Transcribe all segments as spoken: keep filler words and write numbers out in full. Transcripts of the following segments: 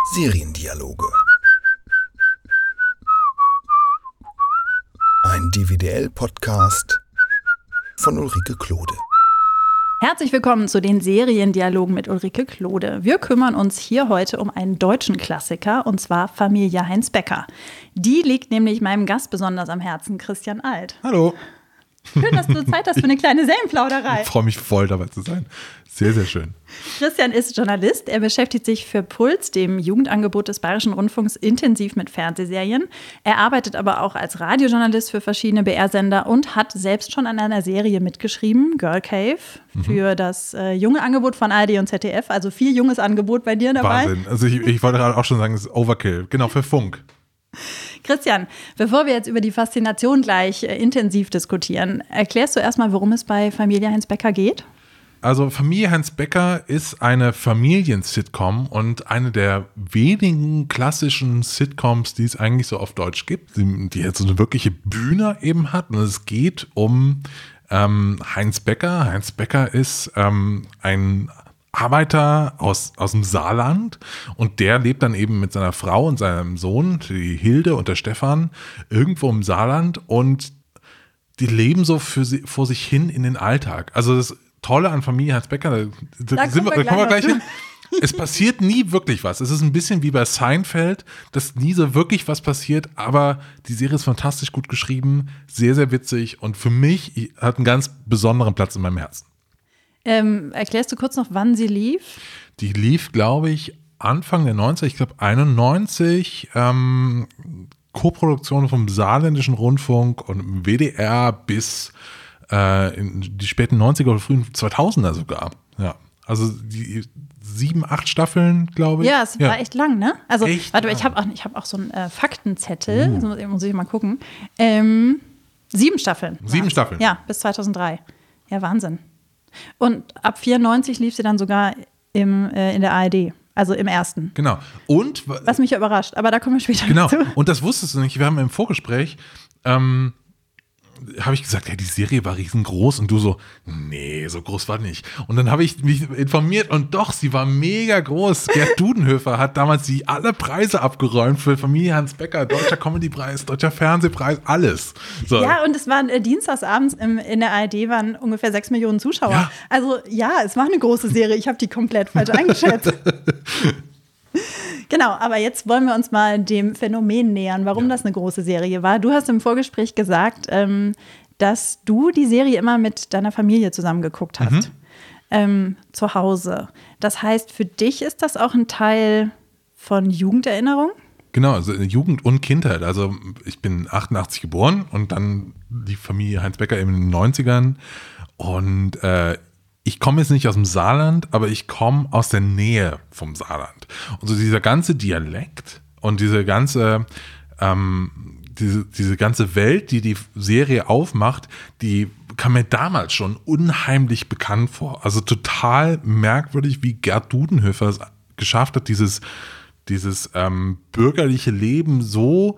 Seriendialoge. Ein D V D L-Podcast von Ulrike Klode. Herzlich willkommen zu den Seriendialogen mit Ulrike Klode. Wir kümmern uns hier heute um einen deutschen Klassiker, und zwar Familie Heinz Becker. Die liegt nämlich meinem Gast besonders am Herzen, Christian Alt. Hallo. Schön, dass du Zeit hast für eine kleine Serienplauderei. Ich freue mich voll, dabei zu sein. Sehr, sehr schön. Christian ist Journalist. Er beschäftigt sich für Puls, dem Jugendangebot des Bayerischen Rundfunks, intensiv mit Fernsehserien. Er arbeitet aber auch als Radiojournalist für verschiedene B R-Sender und hat selbst schon an einer Serie mitgeschrieben, Girl Cave, mhm. für das äh, junge Angebot von A R D und Z D F. Also viel junges Angebot bei dir dabei. Wahnsinn. Also ich, ich wollte gerade auch schon sagen, es ist Overkill. Genau, für Funk. Christian, bevor wir jetzt über die Faszination gleich äh, intensiv diskutieren, erklärst du erstmal, worum es bei Familie Heinz Becker geht? Also Familie Heinz Becker ist eine Familien-Sitcom und eine der wenigen klassischen Sitcoms, die es eigentlich so auf Deutsch gibt, die, die jetzt so eine wirkliche Bühne eben hat. Und es geht um ähm, Heinz Becker. Heinz Becker ist ähm, ein Arbeiter aus, aus dem Saarland, und der lebt dann eben mit seiner Frau und seinem Sohn, die Hilde und der Stefan, irgendwo im Saarland, und die leben so für sie, vor sich hin in den Alltag. Also das Tolle an Familie Heinz Becker, da, da, sind wir, wir, da kommen wir gleich hin. Es passiert nie wirklich was. Es ist ein bisschen wie bei Seinfeld, dass nie so wirklich was passiert, aber die Serie ist fantastisch gut geschrieben, sehr, sehr witzig, und für mich hat einen ganz besonderen Platz in meinem Herzen. Ähm, erklärst du kurz noch, wann sie lief? Die lief, glaube ich, Anfang der neunziger, ich glaube einundneunzig, ähm, Koproduktion vom Saarländischen Rundfunk und im W D R bis äh, in die späten neunziger oder frühen zweitausender sogar. Ja, also die sieben, acht Staffeln, glaube ich. Ja, es ja. war echt lang, ne? Also, echt warte mal, ich habe auch, ich hab auch so einen äh, Faktenzettel, uh. muss, muss ich mal gucken. Ähm, sieben Staffeln. Sieben war's. Staffeln? Ja, bis zweitausenddrei. Ja, Wahnsinn. Und ab vierundneunzig lief sie dann sogar im, äh, in der A R D, also im ersten. Genau. Und was mich ja überrascht, aber da kommen wir später genau. dazu. Und das wusstest du nicht. Wir haben im Vorgespräch ähm, habe ich gesagt, ja, die Serie war riesengroß, und du so, nee, so groß war nicht. Und dann habe ich mich informiert, und doch, sie war mega groß. Gerd Dudenhöfer hat damals die alle Preise abgeräumt für Familie Heinz Becker, Deutscher Comedypreis, Deutscher Fernsehpreis, alles. So. Ja, und es waren äh, dienstagsabends im, in der A R D waren ungefähr sechs Millionen Zuschauer. Ja. Also ja, es war eine große Serie. Ich habe die komplett falsch eingeschätzt. Genau, aber jetzt wollen wir uns mal dem Phänomen nähern, warum ja. das eine große Serie war. Du hast im Vorgespräch gesagt, ähm, dass du die Serie immer mit deiner Familie zusammen geguckt hast, mhm. ähm, zu Hause. Das heißt, für dich ist das auch ein Teil von Jugenderinnerung? Genau, also Jugend und Kindheit. Also ich bin achtundachtzig geboren, und dann die Familie Heinz Becker eben in den neunzigern, und äh, ich komme jetzt nicht aus dem Saarland, aber ich komme aus der Nähe vom Saarland. Und so dieser ganze Dialekt und diese ganze, ähm, diese, diese ganze Welt, die die Serie aufmacht, die kam mir damals schon unheimlich bekannt vor. Also total merkwürdig, wie Gerd Dudenhöfer es geschafft hat, dieses, dieses ähm, bürgerliche Leben so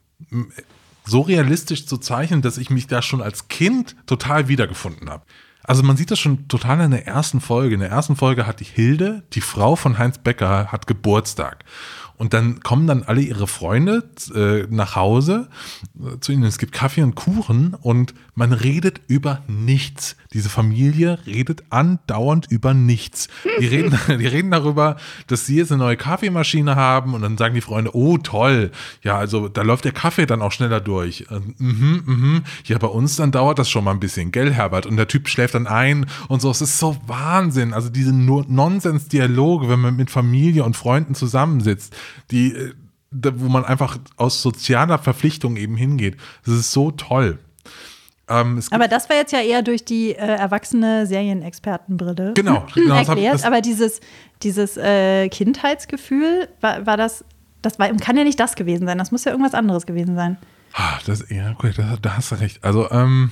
so realistisch zu zeichnen, dass ich mich da schon als Kind total wiedergefunden habe. Also man sieht das schon total in der ersten Folge. In der ersten Folge hat die Hilde, die Frau von Heinz Becker, hat Geburtstag. Und dann kommen dann alle ihre Freunde äh, nach Hause äh, zu ihnen. Es gibt Kaffee und Kuchen, und man redet über nichts. Diese Familie redet andauernd über nichts. Die reden, die reden darüber, dass sie jetzt eine neue Kaffeemaschine haben, und dann sagen die Freunde, oh toll, ja, also da läuft der Kaffee dann auch schneller durch. Äh, mhm, mhm. Ja, bei uns dann dauert das schon mal ein bisschen, gell, Herbert? Und der Typ schläft dann ein und so. Es ist so Wahnsinn. Also diese Nonsens-Dialoge, wenn man mit Familie und Freunden zusammensitzt, die, wo man einfach aus sozialer Verpflichtung eben hingeht. Das ist so toll. Ähm, aber das war jetzt ja eher durch die äh, erwachsene Serienexpertenbrille genau, genau, erklärt. Das das aber dieses, dieses äh, Kindheitsgefühl, war, war das, das war, kann ja nicht das gewesen sein. Das muss ja irgendwas anderes gewesen sein. Ah, das, ja, okay, da, da hast du recht. Also, ähm,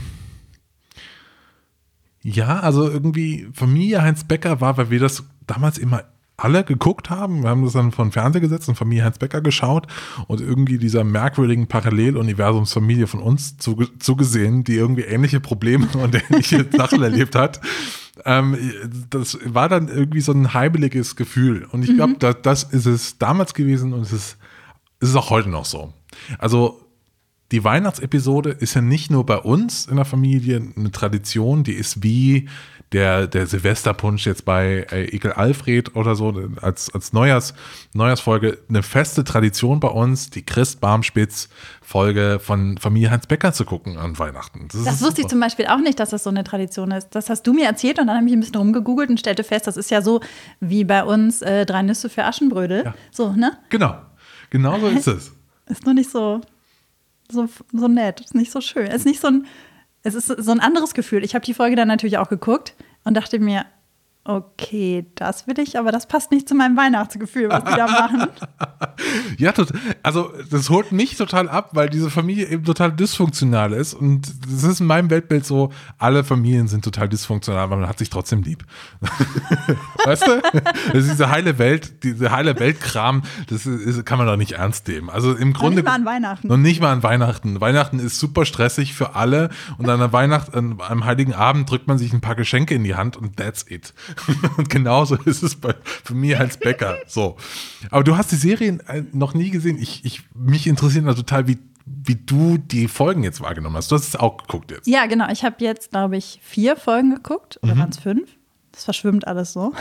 ja, also irgendwie Familie Heinz Becker war, weil wir das damals immer alle geguckt haben. Wir haben das dann vor den Fernseher gesetzt und Familie Heinz Becker geschaut und irgendwie dieser merkwürdigen Paralleluniversumsfamilie von uns zugesehen, die irgendwie ähnliche Probleme und ähnliche Sachen erlebt hat. ähm, das war dann irgendwie so ein heimeliges Gefühl. Und ich glaube, mhm. da, das ist es damals gewesen und es ist, es ist auch heute noch so. Also die Weihnachtsepisode ist ja nicht nur bei uns in der Familie eine Tradition, die ist wie der, der Silvesterpunsch jetzt bei äh, Ekel Alfred oder so als, als Neujahrs, Neujahrsfolge eine feste Tradition bei uns, die Christ-Barmspitz-Folge von Familie Heinz Becker zu gucken an Weihnachten. Das, das wusste super. Ich zum Beispiel auch nicht, dass das so eine Tradition ist. Das hast du mir erzählt und dann habe ich ein bisschen rumgegoogelt und stellte fest, das ist ja so wie bei uns äh, drei Nüsse für Aschenbrödel. Ja. So, ne? Genau, genau so ist es. Ist nur nicht so, so, so nett, ist nicht so schön. Ist nicht so ein Es ist so ein anderes Gefühl. Ich habe die Folge dann natürlich auch geguckt und dachte mir, okay, das will ich, aber das passt nicht zu meinem Weihnachtsgefühl, was die da machen. Ja, also das holt mich total ab, weil diese Familie eben total dysfunktional ist und das ist in meinem Weltbild so, alle Familien sind total dysfunktional, aber man hat sich trotzdem lieb. Weißt du? Das ist diese heile Welt, diese heile Weltkram, das ist, kann man doch nicht ernst nehmen. Also im Grunde. Noch nicht mal an Weihnachten. Noch nicht mal an Weihnachten. Weihnachten ist super stressig für alle und an der Weihnacht, an einem Heiligen Abend drückt man sich ein paar Geschenke in die Hand und that's it. Und genauso ist es bei, für mich als Bäcker. So. Aber du hast die Serien noch nie gesehen. Ich, ich, mich interessiert da total, wie, wie du die Folgen jetzt wahrgenommen hast. Du hast es auch geguckt jetzt. Ja, genau. Ich habe jetzt, glaube ich, vier Folgen geguckt. Oder mhm. waren es fünf? Das verschwimmt alles so.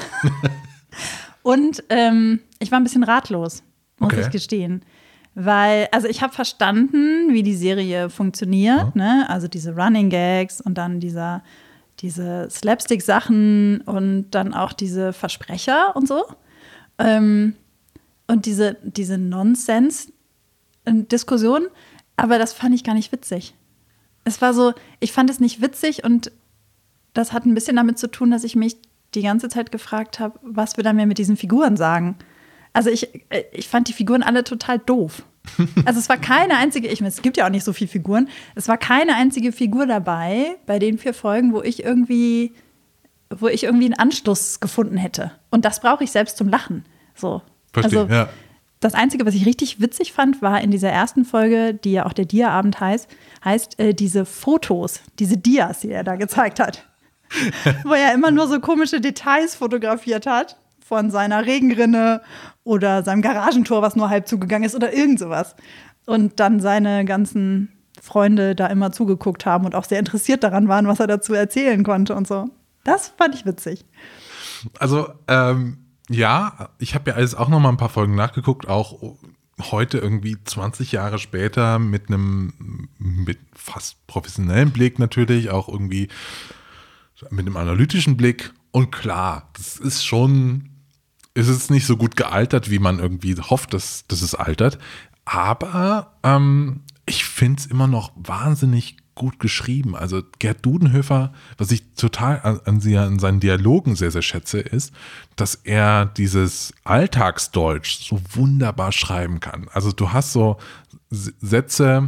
Und ähm, ich war ein bisschen ratlos, muss okay. ich gestehen. Weil, also ich habe verstanden, wie die Serie funktioniert. Ja. Ne? Also diese Running Gags und dann dieser diese Slapstick-Sachen und dann auch diese Versprecher und so. Ähm, und diese, diese Nonsens-Diskussion. Aber das fand ich gar nicht witzig. Es war so, ich fand es nicht witzig und das hat ein bisschen damit zu tun, dass ich mich die ganze Zeit gefragt habe, was wir da mir mit diesen Figuren sagen. Also ich, ich fand die Figuren alle total doof. Also es war keine einzige, ich meine, es gibt ja auch nicht so viele Figuren, es war keine einzige Figur dabei bei den vier Folgen, wo ich irgendwie, wo ich irgendwie einen Anschluss gefunden hätte. Und das brauche ich selbst zum Lachen. So. Verstehe, also, ja. Das Einzige, was ich richtig witzig fand, war in dieser ersten Folge, die ja auch der Dia-Abend heißt, heißt äh, diese Fotos, diese Dias, die er da gezeigt hat. Wo er immer nur so komische Details fotografiert hat. Von seiner Regenrinne oder seinem Garagentor, was nur halb zugegangen ist oder irgend sowas. Und dann seine ganzen Freunde da immer zugeguckt haben und auch sehr interessiert daran waren, was er dazu erzählen konnte und so. Das fand ich witzig. Also, ähm, ja, ich habe ja alles auch noch mal ein paar Folgen nachgeguckt, auch heute irgendwie zwanzig Jahre später mit einem mit fast professionellen Blick natürlich, auch irgendwie mit einem analytischen Blick. Und klar, das ist schon ist es nicht so gut gealtert, wie man irgendwie hofft, dass, dass es altert. Aber ähm, ich finde es immer noch wahnsinnig gut geschrieben. Also Gerd Dudenhöfer, was ich total an, an, sie, an seinen Dialogen sehr, sehr schätze, ist, dass er dieses Alltagsdeutsch so wunderbar schreiben kann. Also du hast so Sätze,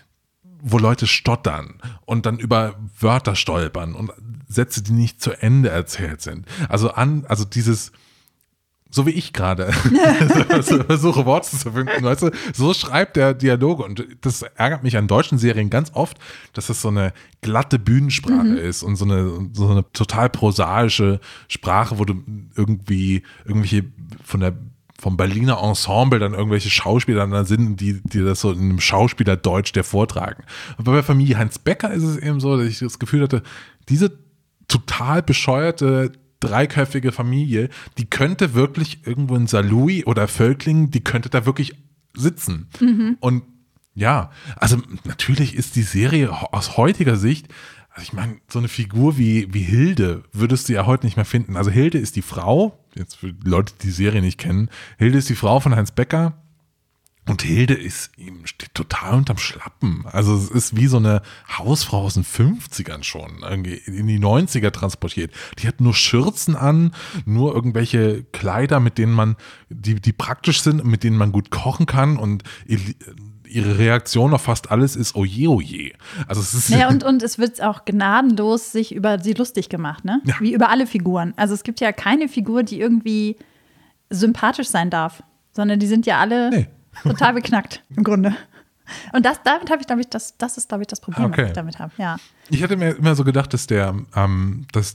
wo Leute stottern und dann über Wörter stolpern und Sätze, die nicht zu Ende erzählt sind. Also an, also dieses so wie ich gerade versuche Worte zu finden, weißt du, so schreibt der Dialoge und das ärgert mich an deutschen Serien ganz oft, dass das so eine glatte Bühnensprache mhm. ist und so eine, so eine total prosaische Sprache, wo du irgendwie irgendwelche von der vom Berliner Ensemble dann irgendwelche Schauspieler da sind, die, die das so in einem Schauspielerdeutsch der vortragen. Und bei Familie Heinz Becker ist es eben so, dass ich das Gefühl hatte, diese total bescheuerte dreiköpfige Familie, die könnte wirklich irgendwo in Saarlouis oder Völklingen, die könnte da wirklich sitzen. Mhm. Und ja, also natürlich ist die Serie aus heutiger Sicht, also ich meine, so eine Figur wie, wie Hilde würdest du ja heute nicht mehr finden. Also Hilde ist die Frau, jetzt für die Leute, die die Serie nicht kennen, Hilde ist die Frau von Heinz Becker. Und Hilde ist ihm steht total unterm Schlappen. Also es ist wie so eine Hausfrau aus den fünfzigern schon, irgendwie in die neunziger transportiert. Die hat nur Schürzen an, nur irgendwelche Kleider, mit denen man, die, die praktisch sind, mit denen man gut kochen kann und ihre Reaktion auf fast alles ist oje, oje. Also es ist ja, und, und es wird auch gnadenlos sich über sie lustig gemacht, ne? Ja. Wie über alle Figuren. Also es gibt ja keine Figur, die irgendwie sympathisch sein darf, sondern die sind ja alle nee. total beknackt im Grunde. Und das, damit habe ich, glaube ich, das, das ist, glaube ich, das Problem, okay. was ich damit habe. Ja. Ich hatte mir immer so gedacht, dass der, ähm, dass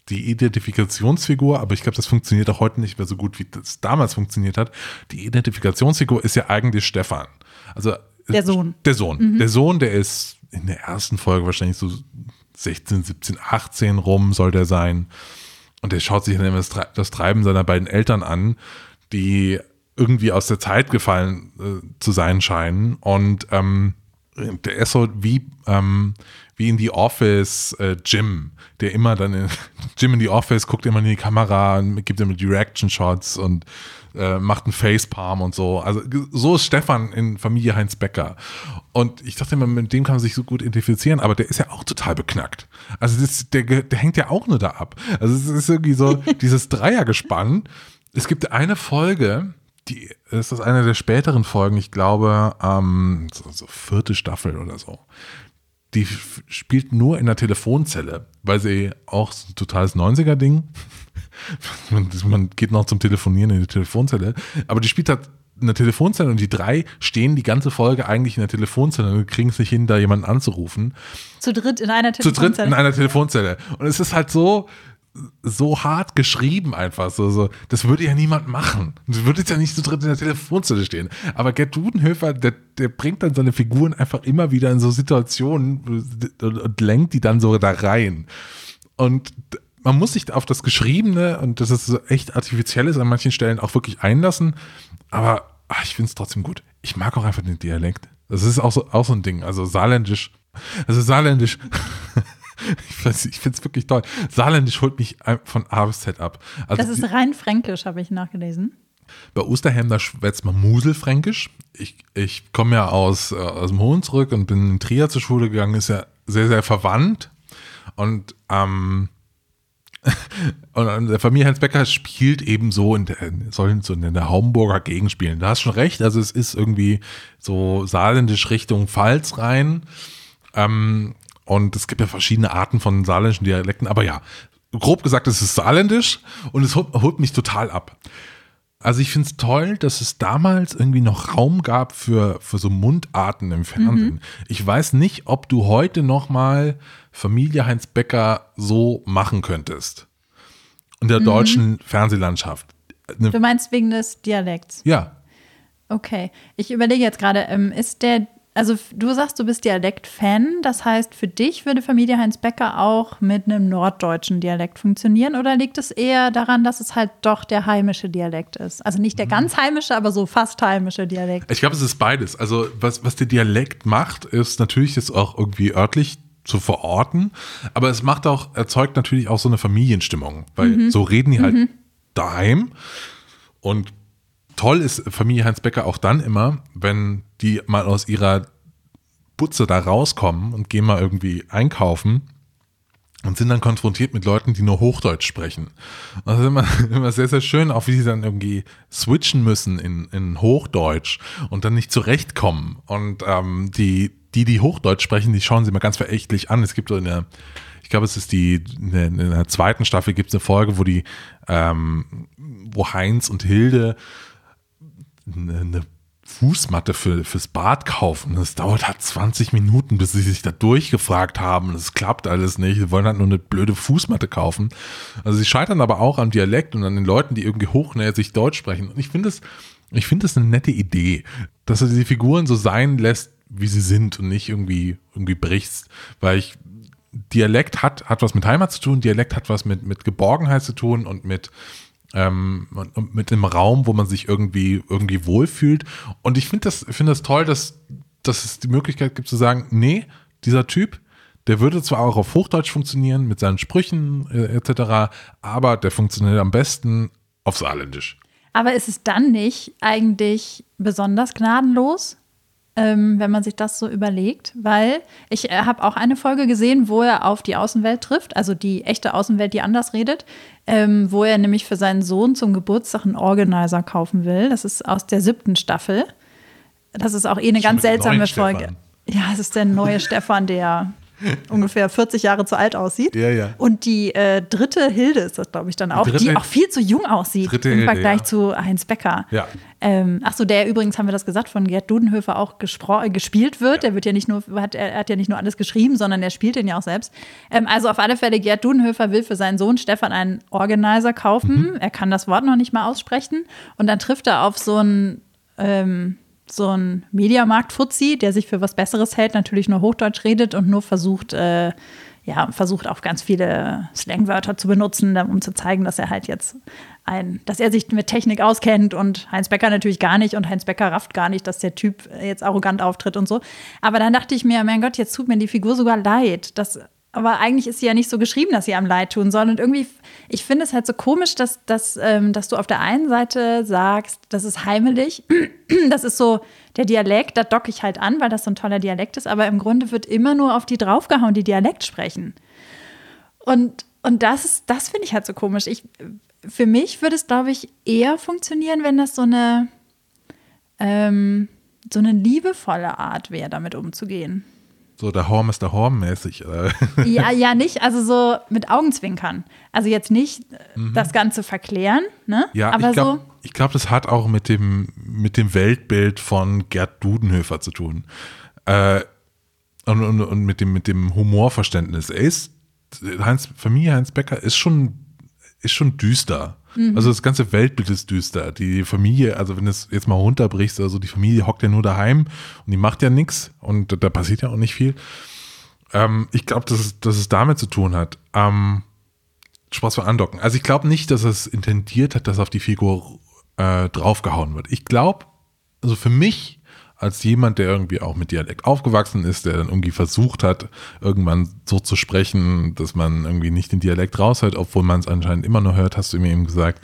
die Identifikationsfigur, aber ich glaube, das funktioniert auch heute nicht mehr so gut, wie das damals funktioniert hat. Die Identifikationsfigur ist ja eigentlich Stefan. Also der Sohn. Der Sohn. Mhm. Der Sohn, der ist in der ersten Folge wahrscheinlich so sechzehn, siebzehn, achtzehn rum soll der sein. Und der schaut sich dann immer das, das Treiben seiner beiden Eltern an, die irgendwie aus der Zeit gefallen äh, zu sein scheinen. Und ähm, der ist so wie, ähm, wie in The Office äh, Jim, der immer dann in Jim in The Office guckt immer in die Kamera und gibt immer die Reaction-Shots und äh, macht einen Facepalm und so. Also so ist Stefan in Familie Heinz Becker. Und ich dachte immer, mit dem kann man sich so gut identifizieren, aber der ist ja auch total beknackt. Also das, der, der hängt ja auch nur da ab. Also es ist irgendwie so dieses Dreiergespann. Es gibt eine Folge, die das ist eine der späteren Folgen, ich glaube, ähm, so, so vierte Staffel oder so. Die f- spielt nur in der Telefonzelle, weil sie auch so ein totales neunziger-Ding, man, man geht noch zum Telefonieren in die Telefonzelle, aber die spielt halt in der Telefonzelle und die drei stehen die ganze Folge eigentlich in der Telefonzelle und kriegen es nicht hin, da jemanden anzurufen. Zu dritt in einer Telefonzelle. Zu dritt in einer Telefonzelle. Und es ist halt so, so hart geschrieben einfach. So, so. Das würde ja niemand machen. Du würdest ja nicht zu dritt in der Telefonzelle stehen. Aber Gerd Dudenhöfer, der, der bringt dann seine Figuren einfach immer wieder in so Situationen und, und lenkt die dann so da rein. Und man muss sich auf das Geschriebene und das ist so echt Artifizielles an manchen Stellen auch wirklich einlassen. Aber ach, ich finde es trotzdem gut. Ich mag auch einfach den Dialekt. Das ist auch so, auch so ein Ding. Also saarländisch. Also saarländisch. Ich, ich finde es wirklich toll. Saarländisch holt mich von A bis Z ab. Also das ist rein fränkisch, habe ich nachgelesen. Bei Osterhem, da schwätzt man Muselfränkisch. Ich, ich komme ja aus, äh, aus dem Hunsrück und bin in Trier zur Schule gegangen, ist ja sehr, sehr verwandt. Und, ähm, und der Familie Heinz Becker spielt eben so in der, soll so in der Haumburger Gegend spielen. Da hast schon recht, also es ist irgendwie so saarländisch Richtung Pfalz rein. Ähm, Und es gibt ja verschiedene Arten von saarländischen Dialekten, aber ja, grob gesagt, es ist saarländisch und es holt, holt mich total ab. Also ich finde es toll, dass es damals irgendwie noch Raum gab für, für so Mundarten im Fernsehen. Mhm. Ich weiß nicht, ob du heute nochmal Familie Heinz Becker so machen könntest. In der mhm. deutschen Fernsehlandschaft. Eine, du meinst wegen des Dialekts? Ja. Okay, ich überlege jetzt gerade, ähm, ist der Also du sagst, du bist Dialekt-Fan, das heißt, für dich würde Familie Heinz Becker auch mit einem norddeutschen Dialekt funktionieren oder liegt es eher daran, dass es halt doch der heimische Dialekt ist? Also nicht der ganz heimische, aber so fast heimische Dialekt. Ich glaube, es ist beides. Also was, was der Dialekt macht, ist natürlich jetzt auch irgendwie örtlich zu verorten, aber es macht auch, erzeugt natürlich auch so eine Familienstimmung, weil mhm. so reden die halt mhm. daheim und toll ist Familie Heinz Becker auch dann immer, wenn die mal aus ihrer Butze da rauskommen und gehen mal irgendwie einkaufen und sind dann konfrontiert mit Leuten, die nur Hochdeutsch sprechen. Und das ist immer, immer sehr, sehr schön, auch wie die dann irgendwie switchen müssen in, in Hochdeutsch und dann nicht zurechtkommen. Und ähm, die, die, die Hochdeutsch sprechen, die schauen sie mal ganz verächtlich an. Es gibt so eine, ich glaube, es ist die, in der, in der zweiten Staffel gibt es eine Folge, wo die, ähm, wo Heinz und Hilde eine, eine Fußmatte für, fürs Bad kaufen. Das dauert halt zwanzig Minuten, bis sie sich da durchgefragt haben. Das klappt alles nicht. Sie wollen halt nur eine blöde Fußmatte kaufen. Also sie scheitern aber auch am Dialekt und an den Leuten, die irgendwie hochnäsig Deutsch sprechen. Und ich finde es, ich finde es eine nette Idee, dass du die Figuren so sein lässt, wie sie sind und nicht irgendwie, irgendwie brichst. Weil ich, Dialekt hat, hat was mit Heimat zu tun, Dialekt hat was mit, mit Geborgenheit zu tun und mit Ähm, mit einem Raum, wo man sich irgendwie irgendwie wohlfühlt. Und ich finde das, finde das toll, dass, dass es die Möglichkeit gibt zu sagen, nee, dieser Typ, der würde zwar auch auf Hochdeutsch funktionieren, mit seinen Sprüchen äh, et cetera, aber der funktioniert am besten auf Saarländisch. Aber ist es dann nicht eigentlich besonders gnadenlos, ähm, wenn man sich das so überlegt? Weil ich äh, habe auch eine Folge gesehen, wo er auf die Außenwelt trifft, also die echte Außenwelt, die anders redet, ähm, wo er nämlich für seinen Sohn zum Geburtstag einen Organizer kaufen will. Das ist aus der siebten Staffel. Das ist auch eh eine ganz seltsame Folge. Stefan. Ja, es ist der neue Stefan, der ungefähr vierzig Jahre zu alt aussieht. Ja, ja. Und die äh, dritte Hilde ist das, glaube ich, dann auch, die, dritte, die auch viel zu jung aussieht dritte im Hilde, Vergleich ja. zu Heinz Becker. Ja. Ähm, Achso, der übrigens, haben wir das gesagt, von Gerd Dudenhöfer auch gespro- äh, gespielt wird. Ja. Der wird ja nicht nur, hat, er hat ja nicht nur alles geschrieben, sondern er spielt den ja auch selbst. Ähm, also auf alle Fälle, Gerd Dudenhöfer will für seinen Sohn Stefan einen Organizer kaufen. Mhm. Er kann das Wort noch nicht mal aussprechen. Und dann trifft er auf so einen ähm, so ein Mediamarkt-Fuzzi, der sich für was Besseres hält, natürlich nur Hochdeutsch redet und nur versucht, äh, ja, versucht auch ganz viele Slangwörter zu benutzen, um zu zeigen, dass er halt jetzt ein, dass er sich mit Technik auskennt und Heinz Becker natürlich gar nicht und Heinz Becker rafft gar nicht, dass der Typ jetzt arrogant auftritt und so. Aber dann dachte ich mir, mein Gott, jetzt tut mir die Figur sogar leid. Das, aber eigentlich ist sie ja nicht so geschrieben, dass sie einem leid tun soll. Und irgendwie, ich finde es halt so komisch, dass, dass, ähm, dass du auf der einen Seite sagst, das ist heimelig, das ist so der Dialekt, da docke ich halt an, weil das so ein toller Dialekt ist, aber im Grunde wird immer nur auf die draufgehauen, die Dialekt sprechen. Und, und das ist, das finde ich halt so komisch. Ich, für mich würde es, glaube ich, eher funktionieren, wenn das so eine, ähm, so eine liebevolle Art wäre, damit umzugehen. So der Horm ist der Horm mäßig. Ja, ja, nicht, also so mit Augenzwinkern. Also jetzt nicht mhm. das Ganze verklären, ne? Ja, aber ich glaube, so ich glaub, das hat auch mit dem, mit dem Weltbild von Gerd Dudenhöfer zu tun. Äh, und, und, und mit dem, mit dem Humorverständnis. Er ist, Heinz, Familie Heinz Becker ist schon, ist schon düster. Mhm. Also das ganze Weltbild ist düster. Die Familie, also wenn du es jetzt mal runterbrichst, also die Familie hockt ja nur daheim und die macht ja nichts und da passiert ja auch nicht viel. Ähm, ich glaube, dass es, dass es damit zu tun hat. Ähm, Spaß für Andocken. Also ich glaube nicht, dass es intendiert hat, dass auf die Figur äh, draufgehauen wird. Ich glaube, also für mich als jemand, der irgendwie auch mit Dialekt aufgewachsen ist, der dann irgendwie versucht hat, irgendwann so zu sprechen, dass man irgendwie nicht den Dialekt raushört, obwohl man es anscheinend immer noch hört, hast du mir eben gesagt.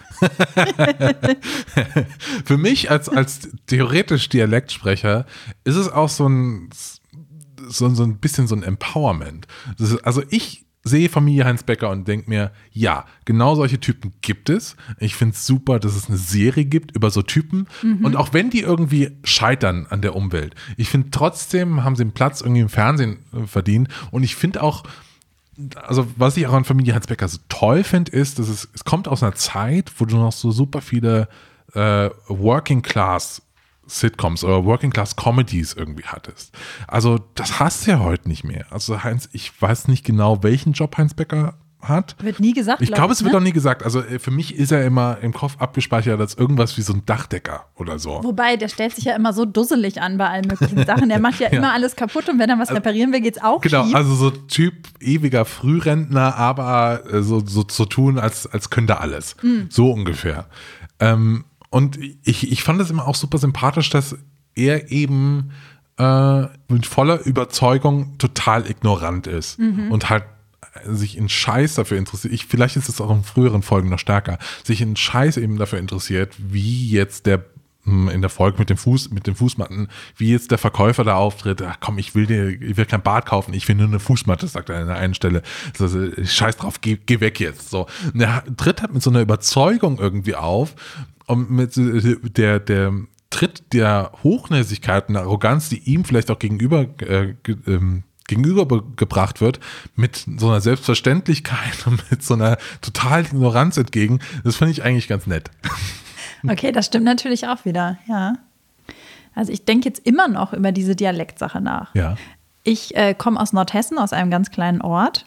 Für mich als, als theoretisch Dialektsprecher ist es auch so ein, so, so ein bisschen so ein Empowerment. Das ist, also ich sehe Familie Heinz Becker und denke mir, ja, genau solche Typen gibt es. Ich finde es super, dass es eine Serie gibt über so Typen. Mhm. Und auch wenn die irgendwie scheitern an der Umwelt, ich finde trotzdem haben sie einen Platz irgendwie im Fernsehen verdient. Und ich finde auch, also was ich auch an Familie Heinz Becker so toll finde, ist, dass es, es kommt aus einer Zeit, wo du noch so super viele äh, Working Class Sitcoms oder Working Class Comedies irgendwie hattest. Also das hast du ja heute nicht mehr. Also Heinz, ich weiß nicht genau, welchen Job Heinz Becker hat. Wird nie gesagt. Ich glaube, es wird ne? auch nie gesagt. Also für mich ist er immer im Kopf abgespeichert als irgendwas wie so ein Dachdecker oder so. Wobei, der stellt sich ja immer so dusselig an bei allen möglichen Sachen. Der macht ja, ja immer alles kaputt und wenn er was reparieren will, geht's auch Genau, schief. Also so Typ ewiger Frührentner, aber so, so zu tun, als, als könnte er alles. Mhm. So ungefähr. Ähm, Und ich, ich fand es immer auch super sympathisch, dass er eben äh, mit voller Überzeugung total ignorant ist mhm. und halt sich in Scheiß dafür interessiert. Ich, vielleicht ist es auch in früheren Folgen noch stärker, sich in Scheiß eben dafür interessiert, wie jetzt der in der Folge mit dem Fuß, mit den Fußmatten, wie jetzt der Verkäufer da auftritt. Ach komm, ich will dir, ich will kein Bad kaufen, ich will nur eine Fußmatte, sagt er an der einen Stelle. Also, scheiß drauf, geh, geh weg jetzt. So. Und er tritt halt mit so einer Überzeugung irgendwie auf und mit der, der Tritt der Hochnäsigkeit und Arroganz, die ihm vielleicht auch gegenüber äh, ähm, gegenübergebracht wird, mit so einer Selbstverständlichkeit und mit so einer totalen Ignoranz entgegen. Das finde ich eigentlich ganz nett. Okay, das stimmt natürlich auch wieder, ja. Also ich denke jetzt immer noch über diese Dialektsache nach. Ja. Ich äh, komme aus Nordhessen, aus einem ganz kleinen Ort.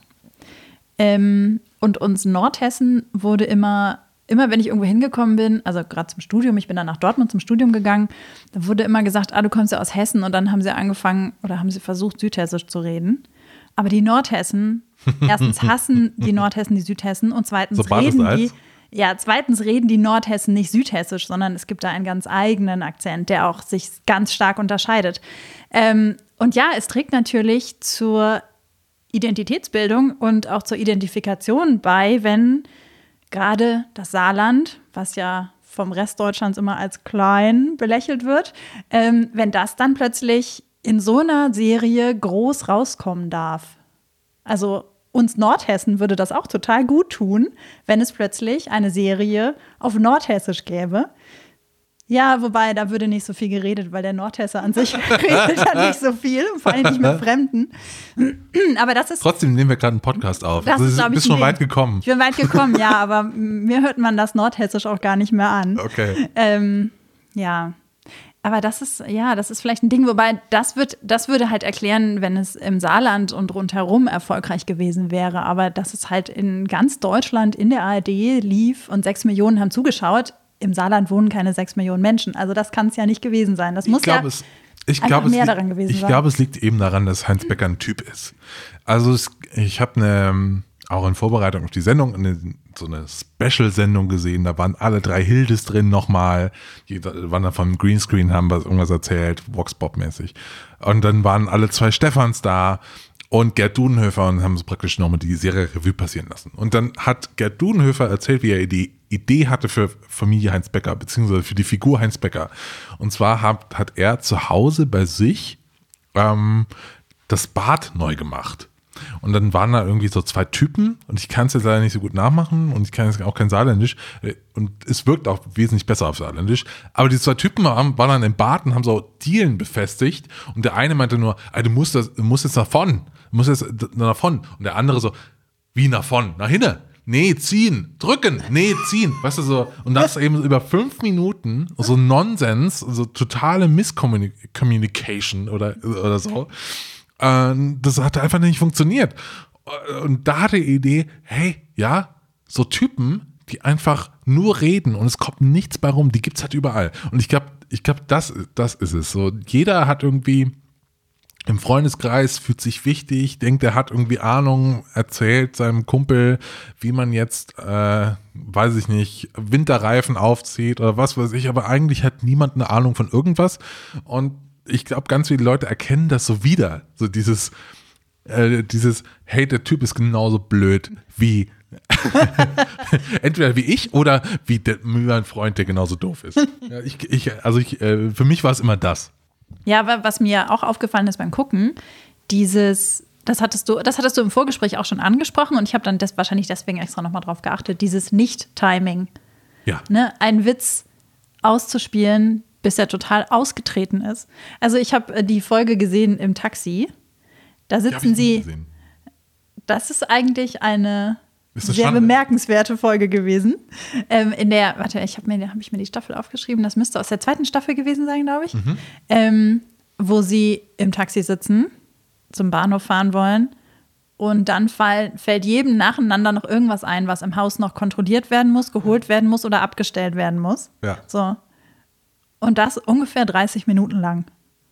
Ähm, und uns Nordhessen wurde immer, immer wenn ich irgendwo hingekommen bin, also gerade zum Studium, ich bin dann nach Dortmund zum Studium gegangen, da wurde immer gesagt, ah, du kommst ja aus Hessen. Und dann haben sie angefangen oder haben sie versucht, Südhessisch zu reden. Aber die Nordhessen, erstens hassen die Nordhessen die Südhessen und zweitens so reden die... Ja, zweitens reden die Nordhessen nicht südhessisch, sondern es gibt da einen ganz eigenen Akzent, der auch sich ganz stark unterscheidet. Ähm, und ja, es trägt natürlich zur Identitätsbildung und auch zur Identifikation bei, wenn gerade das Saarland, was ja vom Rest Deutschlands immer als klein belächelt wird, ähm, wenn das dann plötzlich in so einer Serie groß rauskommen darf. Also uns Nordhessen würde das auch total gut tun, wenn es plötzlich eine Serie auf Nordhessisch gäbe. Ja, wobei, da würde nicht so viel geredet, weil der Nordhesse an sich redet ja nicht so viel, vor allem nicht mit Fremden. Aber das ist. Trotzdem nehmen wir gerade einen Podcast auf. Das also, ist, du bist schon weit gekommen. Ich bin weit gekommen, ja, aber mir hört man das Nordhessisch auch gar nicht mehr an. Okay. Ähm, ja. Aber das ist, ja, das ist vielleicht ein Ding, wobei das wird, das würde halt erklären, wenn es im Saarland und rundherum erfolgreich gewesen wäre. Aber dass es halt in ganz Deutschland in der A R D lief und sechs Millionen haben zugeschaut, im Saarland wohnen keine sechs Millionen Menschen. Also das kann es ja nicht gewesen sein. Das muss ich glaub, ja es, ich einfach glaub, mehr es, daran gewesen ich sein. Ich glaube, es liegt eben daran, dass Heinz Becker ein Typ ist. Also es, ich habe eine, auch in Vorbereitung auf die Sendung, eine, so eine Special-Sendung gesehen. Da waren alle drei Hildes drin nochmal. Die waren da vom Greenscreen, haben was, irgendwas erzählt, Vox-Pop-mäßig. Und dann waren alle zwei Stefans da. Und Gerd Dudenhöfer und haben so praktisch nochmal die Serie Revue passieren lassen. Und dann hat Gerd Dudenhöfer erzählt, wie er die Idee hatte für Familie Heinz Becker, beziehungsweise für die Figur Heinz Becker. Und zwar hat, hat er zu Hause bei sich ähm, das Bad neu gemacht. Und dann waren da irgendwie so zwei Typen und ich kann es jetzt leider nicht so gut nachmachen und ich kann jetzt auch kein Saarländisch und es wirkt auch wesentlich besser auf Saarländisch. Aber die zwei Typen waren, waren dann im Bad und haben so Dielen befestigt und der eine meinte nur, du musst, das, du musst jetzt nach vorn, du musst jetzt nach vorn. Und der andere so, wie nach vorn? Nach hinten? Nee, ziehen, drücken, nee, ziehen. Weißt du so, und das eben über fünf Minuten, so Nonsens, so totale Miscommunication oder, oder so. Das hat einfach nicht funktioniert. Und da hatte die Idee, hey, ja, so Typen, die einfach nur reden und es kommt nichts bei rum, die gibt's halt überall. Und ich glaube, ich glaube, das, das ist es. So, jeder hat irgendwie im Freundeskreis, fühlt sich wichtig, denkt, er hat irgendwie Ahnung, erzählt seinem Kumpel, wie man jetzt, äh, weiß ich nicht, Winterreifen aufzieht oder was weiß ich, aber eigentlich hat niemand eine Ahnung von irgendwas. Und ich glaube, ganz viele Leute erkennen das so wieder. So dieses, äh, dieses, hey, der Typ ist genauso blöd wie entweder wie ich oder wie, der, wie mein Freund, der genauso doof ist. Ja, ich, ich, also ich, äh, für mich war es immer das. Ja, aber was mir auch aufgefallen ist beim Gucken, dieses, das hattest du, das hattest du im Vorgespräch auch schon angesprochen und ich habe dann das wahrscheinlich deswegen extra nochmal drauf geachtet, dieses Nicht-Timing. Ja. Ne, einen Witz auszuspielen, bis er total ausgetreten ist. Also ich habe die Folge gesehen im Taxi. Da sitzen sie. Gesehen. Das ist eigentlich eine ist sehr Schande? bemerkenswerte Folge gewesen. Ähm, in der, warte, ich habe mir, hab ich mir die Staffel aufgeschrieben. Das müsste aus der zweiten Staffel gewesen sein, glaube ich. Mhm. Ähm, wo sie im Taxi sitzen, zum Bahnhof fahren wollen. Und dann fall, fällt jedem nacheinander noch irgendwas ein, was im Haus noch kontrolliert werden muss, geholt werden muss oder abgestellt werden muss. Ja. So. Und das ungefähr dreißig Minuten lang.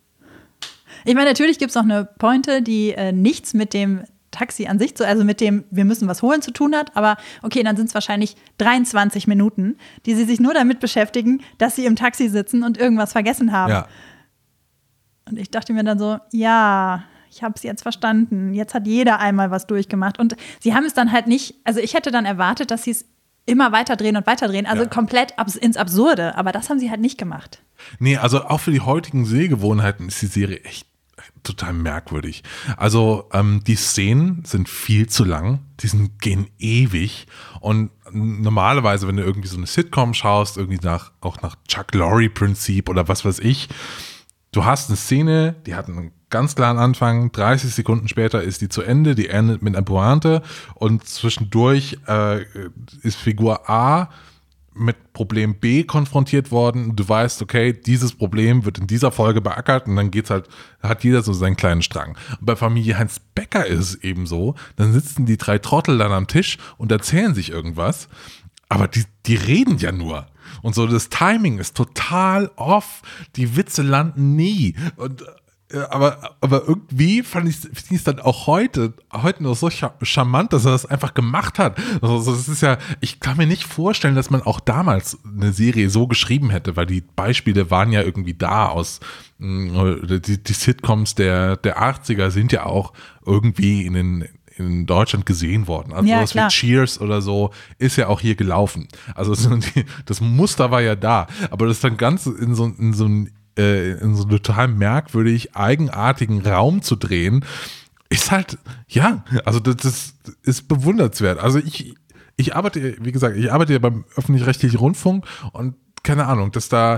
Ich meine, natürlich gibt es noch eine Pointe, die äh, nichts mit dem Taxi an sich, zu, also mit dem wir müssen was holen zu tun hat. Aber okay, dann sind es wahrscheinlich dreiundzwanzig Minuten, die sie sich nur damit beschäftigen, dass sie im Taxi sitzen und irgendwas vergessen haben. Ja. Und ich dachte mir dann so, ja, ich habe es jetzt verstanden. Jetzt hat jeder einmal was durchgemacht. Und sie haben es dann halt nicht, also ich hätte dann erwartet, dass sie es immer weiter drehen und weiter drehen, also ja. komplett abs- ins Absurde. Aber das haben sie halt nicht gemacht. Nee, also auch für die heutigen Sehgewohnheiten ist die Serie echt total merkwürdig. Also ähm, die Szenen sind viel zu lang, die sind, gehen ewig und normalerweise, wenn du irgendwie so eine Sitcom schaust, irgendwie nach, auch nach Chuck Lorre-Prinzip oder was weiß ich, du hast eine Szene, die hat einen ganz klaren Anfang, dreißig Sekunden später ist die zu Ende, die endet mit einer Pointe und zwischendurch äh, ist Figur A mit Problem B konfrontiert worden. Du weißt, okay, dieses Problem wird in dieser Folge beackert und dann geht's halt, hat jeder so seinen kleinen Strang. Und bei Familie Heinz Becker ist es eben so, dann sitzen die drei Trottel dann am Tisch und erzählen sich irgendwas, aber die, die reden ja nur. Und so das Timing ist total off, die Witze landen nie. Und Aber, aber irgendwie fand ich es dann auch heute, heute noch so charmant, dass er das einfach gemacht hat. Also das ist ja, ich kann mir nicht vorstellen, dass man auch damals eine Serie so geschrieben hätte, weil die Beispiele waren ja irgendwie da aus, die, die Sitcoms der, der achtziger sind ja auch irgendwie in den in Deutschland gesehen worden. Also ja, sowas wie Cheers oder so ist ja auch hier gelaufen. Also das Muster war ja da. Aber das dann ganz in so, in so ein in so einen total merkwürdig eigenartigen Raum zu drehen, ist halt, ja, also das, das ist bewundernswert. Also ich, ich arbeite, wie gesagt, ich arbeite ja beim öffentlich-rechtlichen Rundfunk und keine Ahnung, dass da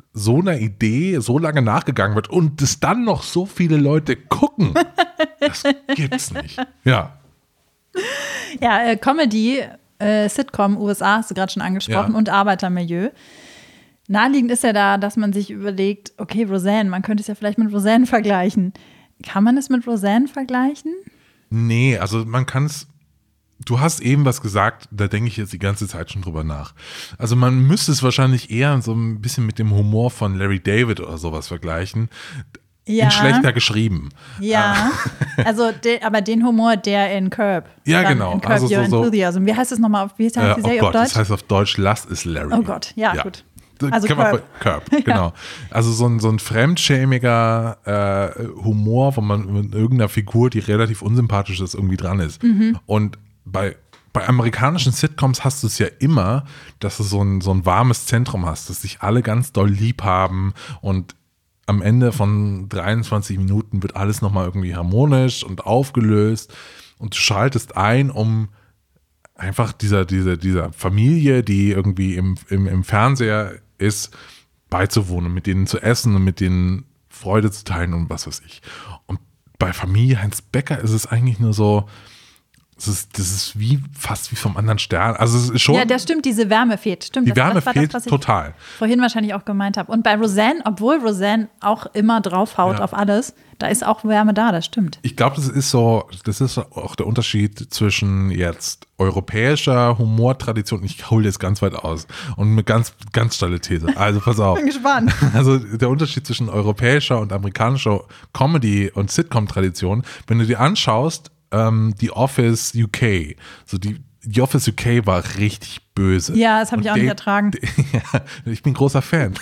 so einer Idee so lange nachgegangen wird und es dann noch so viele Leute gucken, das gibt's nicht. Ja. Ja, äh, Comedy, äh, Sitcom, U S A hast du gerade schon angesprochen, Ja. und Arbeitermilieu. Naheliegend ist ja da, dass man sich überlegt, okay, Roseanne, man könnte es ja vielleicht mit Roseanne vergleichen. Kann man es mit Roseanne vergleichen? Nee, also man kann es, du hast eben was gesagt, da denke ich jetzt die ganze Zeit schon drüber nach. Also man müsste es wahrscheinlich eher so ein bisschen mit dem Humor von Larry David oder sowas vergleichen. Ja. In schlechter geschrieben. Ja, also de, aber den Humor, der in Curb. Ja, dann genau. In Curb Also Your so- so- Enthusiasm. Wie heißt es nochmal? auf- Wie heißt Äh, die oh Serie Gott, auf das Deutsch? heißt auf Deutsch, Lass ist Larry. Oh Gott, ja, gut. Also Kann man- Curb. Curb, genau. Also so ein, so ein fremdschämiger äh, Humor, wo man mit irgendeiner Figur, die relativ unsympathisch ist, irgendwie dran ist. Mhm. Und bei, bei amerikanischen Sitcoms hast du es ja immer, dass du so ein, so ein warmes Zentrum hast, dass sich alle ganz doll lieb haben und am Ende von dreiundzwanzig Minuten wird alles nochmal irgendwie harmonisch und aufgelöst und du schaltest ein, um einfach dieser, dieser, dieser Familie, die irgendwie im, im, im Fernseher ist, beizuwohnen, mit denen zu essen und mit denen Freude zu teilen und was weiß ich. Und bei Familie Heinz Becker ist es eigentlich nur so, das ist, das ist wie fast wie vom anderen Stern. Also es ist schon, Ja, das stimmt, diese Wärme fehlt. Stimmt, die das, Wärme das war fehlt das, was ich total. vorhin wahrscheinlich auch gemeint habe. Und bei Roseanne, obwohl Roseanne auch immer draufhaut Ja. auf alles, da ist auch Wärme da, das stimmt. Ich glaube, das ist so, das ist auch der Unterschied zwischen jetzt europäischer Humortradition, ich hole jetzt ganz weit aus und eine ganz, ganz steile These. Also pass auf. Bin gespannt. Also der Unterschied zwischen europäischer und amerikanischer Comedy- und Sitcom-Tradition, wenn du dir anschaust, ähm, The Office U K, so die, The Office U K war richtig böse. Ja, das habe ich Und auch nicht Dave- ertragen. Ja, ich bin großer Fan.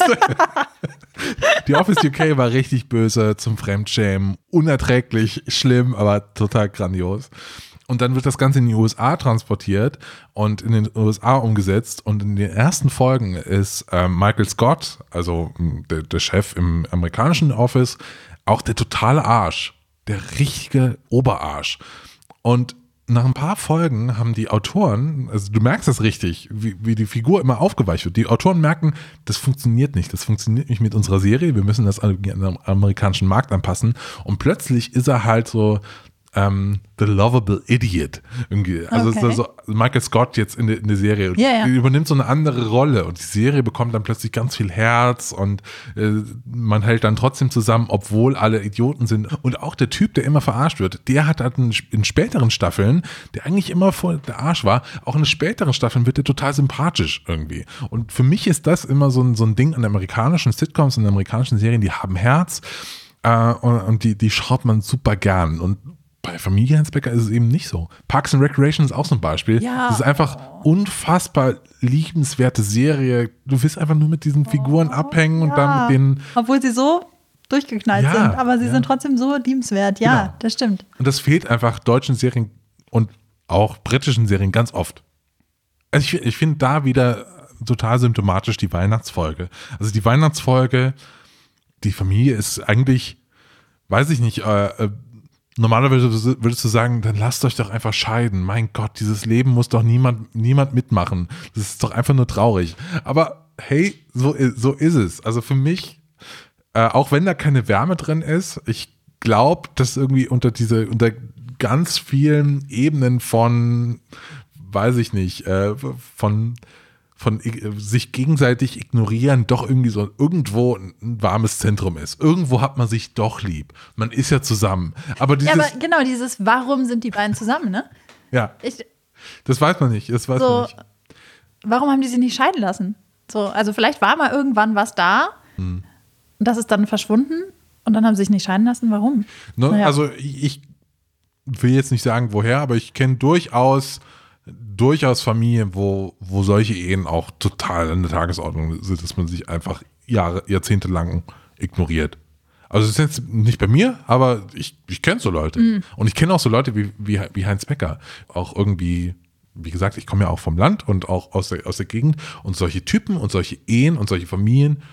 Die Office U K war richtig böse zum Fremdschämen, unerträglich schlimm, aber total grandios. Und dann wird das Ganze in die U S A transportiert und in den U S A umgesetzt. Und in den ersten Folgen ist äh, Michael Scott, also mh, der, der Chef im amerikanischen Office, auch der totale Arsch, der richtige Oberarsch. Und nach ein paar Folgen haben die Autoren, also du merkst das richtig, wie, wie die Figur immer aufgeweicht wird. Die Autoren merken, das funktioniert nicht. Das funktioniert nicht mit unserer Serie. Wir müssen das an den amerikanischen Markt anpassen. Und plötzlich ist er halt so ähm, the lovable idiot. Irgendwie. Also Okay. es ist so Michael Scott jetzt in der, in der Serie und Ja, ja. übernimmt so eine andere Rolle. Und die Serie bekommt dann plötzlich ganz viel Herz und äh, man hält dann trotzdem zusammen, obwohl alle Idioten sind. Und auch der Typ, der immer verarscht wird, der hat halt in, in späteren Staffeln, der eigentlich immer vor der Arsch war, auch in späteren Staffeln wird der total sympathisch irgendwie. Und für mich ist das immer so ein, so ein Ding an amerikanischen Sitcoms und amerikanischen Serien, die haben Herz äh, und, und die, die schaut man super gern. Und bei Familie Heinz Becker ist es eben nicht so. Parks and Recreation ist auch so ein Beispiel. Ja. Das ist einfach unfassbar liebenswerte Serie. Du willst einfach nur mit diesen Figuren abhängen und dann mit denen. Obwohl sie so durchgeknallt Ja, sind, aber sie ja. sind trotzdem so liebenswert. Ja, Genau. das stimmt. Und das fehlt einfach deutschen Serien und auch britischen Serien ganz oft. Also ich, ich finde da wieder total symptomatisch die Weihnachtsfolge. Also die Weihnachtsfolge, die Familie ist eigentlich, weiß ich nicht, äh, äh, normalerweise würdest du sagen, dann lasst euch doch einfach scheiden. Mein Gott, dieses Leben muss doch niemand, niemand mitmachen. Das ist doch einfach nur traurig. Aber hey, so, so ist es. Also für mich, äh, auch wenn da keine Wärme drin ist, ich glaube, dass irgendwie unter diese, unter ganz vielen Ebenen von, weiß ich nicht, äh, von von sich gegenseitig ignorieren doch irgendwie so irgendwo ein warmes Zentrum ist. Irgendwo hat man sich doch lieb. Man ist ja zusammen. Aber dieses, Ja, aber genau, dieses Warum sind die beiden zusammen, ne? ja, Ich, das weiß man nicht. Das weiß man so, nicht. warum haben die sich nicht scheiden lassen? So, also vielleicht war mal irgendwann was da Hm. und das ist dann verschwunden und dann haben sie sich nicht scheiden lassen. Warum? Ne? Naja. Also ich, ich will jetzt nicht sagen, woher, aber ich kenne durchaus durchaus Familien, wo, wo solche Ehen auch total an der Tagesordnung sind, dass man sich einfach Jahre, Jahrzehnte lang ignoriert. Also das ist jetzt nicht bei mir, aber ich, ich kenne so Leute. Mhm. Und ich kenne auch so Leute wie, wie, wie Heinz Becker. Auch irgendwie, wie gesagt, ich komme ja auch vom Land und auch aus der, aus der Gegend. Und solche Typen und solche Ehen und solche Familien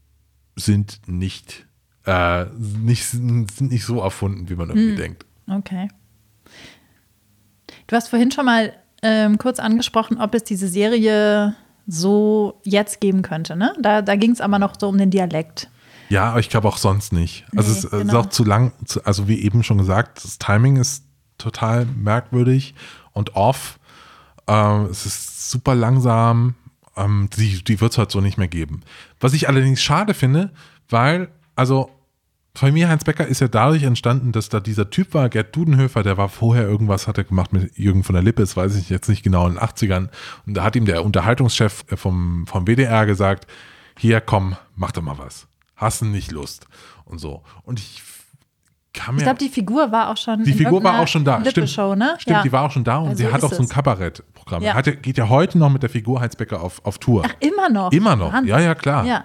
sind nicht, äh, nicht, sind nicht so erfunden, wie man irgendwie Mhm. denkt. Okay. Du hast vorhin schon mal ähm, kurz angesprochen, ob es diese Serie so jetzt geben könnte. Ne? Da, da ging es aber noch so um den Dialekt. Ja, aber ich glaube auch sonst nicht. Also Nee, es genau. ist auch zu lang, zu, also wie eben schon gesagt, das Timing ist total merkwürdig und off. Ähm, es ist super langsam. Ähm, die die wird es halt so nicht mehr geben. Was ich allerdings schade finde, weil, also Familie Heinz Becker ist ja dadurch entstanden, dass da dieser Typ war, Gerd Dudenhöfer, der war vorher irgendwas, hat er gemacht mit Jürgen von der Lippe, das weiß ich jetzt nicht genau, in den achtzigern. Und da hat ihm der Unterhaltungschef vom, vom W D R gesagt, hier komm, mach doch mal was. Hast du nicht Lust? Und so. Und ich kann mir... Ich glaube, die Figur war auch schon Die in Figur war irgendeiner auch schon da. Stimmt, Lippe-Show, ne? stimmt Ja. die war auch schon da und Also sie hat ist auch so ein es. Kabarettprogramm. Ja. Hatte, geht ja heute noch mit der Figur Heinz Becker auf, auf Tour. Ach, immer noch? Immer noch, Wahnsinn. ja, ja, klar. Ja.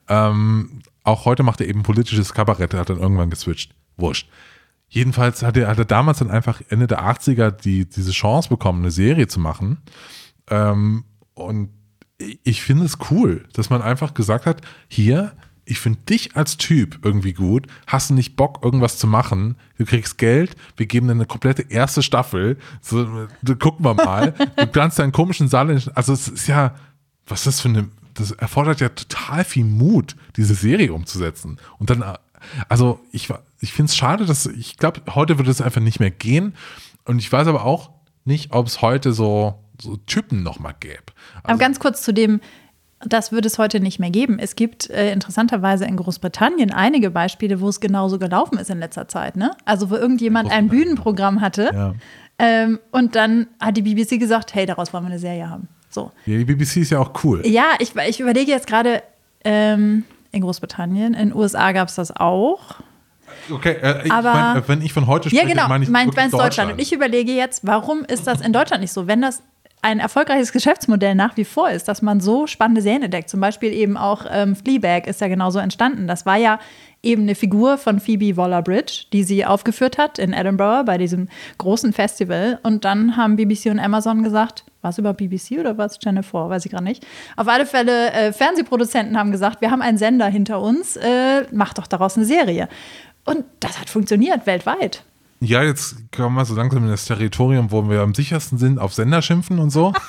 Ähm, auch heute macht er eben politisches Kabarett, er hat dann irgendwann geswitcht. Wurscht. Jedenfalls hat er, hat er damals dann einfach Ende der achtziger die, diese Chance bekommen, eine Serie zu machen. Ähm, und ich finde es cool, dass man einfach gesagt hat, hier, ich finde dich als Typ irgendwie gut, hast du nicht Bock, irgendwas zu machen, du kriegst Geld, wir geben dir eine komplette erste Staffel, so, du, gucken wir mal, du kannst deinen komischen Saarländischen, also es ist ja, was ist das für eine, das erfordert ja total viel Mut, diese Serie umzusetzen. Und dann, also ich, ich finde es schade, dass, ich glaube, heute würde es einfach nicht mehr gehen und ich weiß aber auch nicht, ob es heute so, so Typen nochmal gäbe. Also, Aber ganz kurz zu dem, das würde es heute nicht mehr geben. Es gibt äh, interessanterweise in Großbritannien einige Beispiele, wo es genauso gelaufen ist in letzter Zeit. Ne? Also wo irgendjemand ein Bühnenprogramm hatte ja. ähm, und dann hat die B B C gesagt, hey, daraus wollen wir eine Serie haben. So. Ja, die B B C ist ja auch cool. Ja, ich, ich überlege jetzt gerade, ähm, in Großbritannien, in den U S A gab es das auch. Okay, äh, ich Aber- mein, wenn ich von heute spreche, Ja, genau, meine ich meins wirklich Deutschland. Deutschland. Und ich überlege jetzt, warum ist das in Deutschland nicht so? Wenn das ein erfolgreiches Geschäftsmodell nach wie vor ist, dass man so spannende Serien entdeckt. Zum Beispiel eben auch ähm, Fleabag ist ja genauso entstanden. Das war ja eben eine Figur von Phoebe Waller-Bridge, die sie aufgeführt hat in Edinburgh bei diesem großen Festival. Und dann haben B B C und Amazon gesagt, war es über B B C oder war es Channel vier? Weiß ich gerade nicht. Auf alle Fälle, äh, Fernsehproduzenten haben gesagt, wir haben einen Sender hinter uns, äh, mach doch daraus eine Serie. Und das hat funktioniert weltweit. Ja, jetzt kommen wir so langsam in das Territorium, wo wir am sichersten sind, auf Sender schimpfen und so.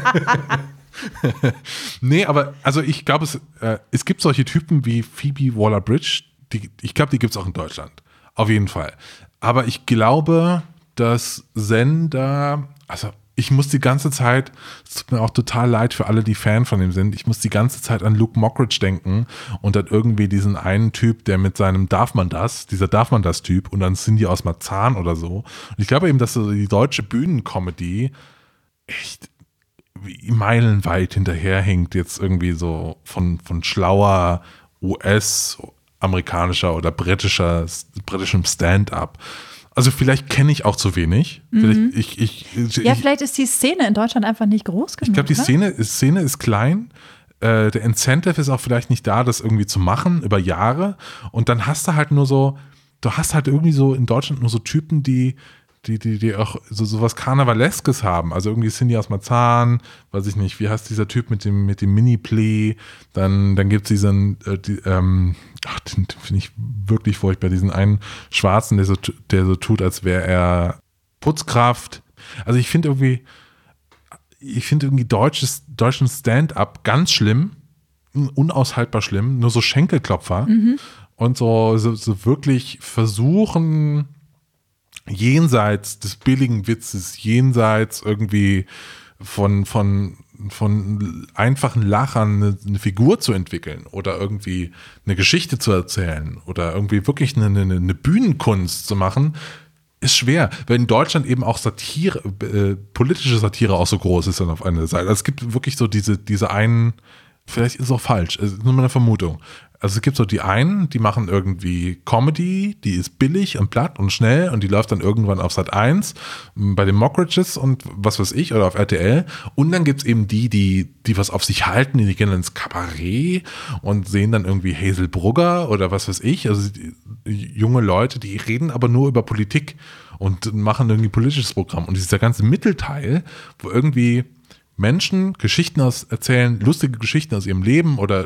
Nee, aber also ich glaube, es, äh, es gibt solche Typen wie Phoebe Waller-Bridge, die, ich glaube, die gibt es auch in Deutschland. Auf jeden Fall. Aber ich glaube, dass Sender, also ich muss die ganze Zeit, es tut mir auch total leid für alle, die Fan von ihm sind, ich muss die ganze Zeit an Luke Mockridge denken und dann irgendwie diesen einen Typ, der mit seinem Darf man das, dieser Darf man das Typ und dann sind die aus Marzahn oder so. Und ich glaube eben, dass so die deutsche Bühnencomedy echt wie meilenweit hinterherhinkt, jetzt irgendwie so von, von schlauer U S-amerikanischer oder britischer, britischem Stand-up. Also vielleicht kenne ich auch zu wenig. Mhm. Vielleicht, ich, ich, ich, Ja, vielleicht ist die Szene in Deutschland einfach nicht groß genug. ich glaube, die ne? Szene, ist- Szene ist klein. Äh, der Incentive ist auch vielleicht nicht da, das irgendwie zu machen über Jahre. Und dann hast du halt nur so, du hast halt irgendwie so in Deutschland nur so Typen, die, die, die, die auch so, so was Karnevaleskes haben. Also irgendwie Cindy aus Marzahn, weiß ich nicht, wie heißt dieser Typ mit dem, mit dem Mini-Play? Dann, dann gibt es diesen, äh, die, ähm, ach, den finde ich wirklich furchtbar, diesen einen Schwarzen, der so, tu- der so tut, als wäre er Putzkraft. Also ich finde irgendwie, ich finde irgendwie deutsches, deutschen Stand-up ganz schlimm, unaushaltbar schlimm, nur so Schenkelklopfer und so, so, so wirklich versuchen, jenseits des billigen Witzes, jenseits irgendwie von, von, von einfachen Lachern eine, eine Figur zu entwickeln oder irgendwie eine Geschichte zu erzählen oder irgendwie wirklich eine, eine, eine Bühnenkunst zu machen, ist schwer, weil in Deutschland eben auch Satire, äh, politische Satire auch so groß ist dann auf einer Seite. Also es gibt wirklich so diese, diese einen, vielleicht ist es auch falsch, es ist nur meine Vermutung. Also es gibt so die einen, die machen irgendwie Comedy, die ist billig und platt und schnell und die läuft dann irgendwann auf Sat eins bei den Mockridges und was weiß ich oder auf R T L. Und dann gibt es eben die, die, die was auf sich halten, die gehen ins Kabarett und sehen dann irgendwie Hazel Brugger oder was weiß ich. Also die, junge Leute, die reden aber nur über Politik und machen irgendwie politisches Programm. Und dieser ganze Mittelteil, wo irgendwie Menschen Geschichten aus erzählen, lustige Geschichten aus ihrem Leben oder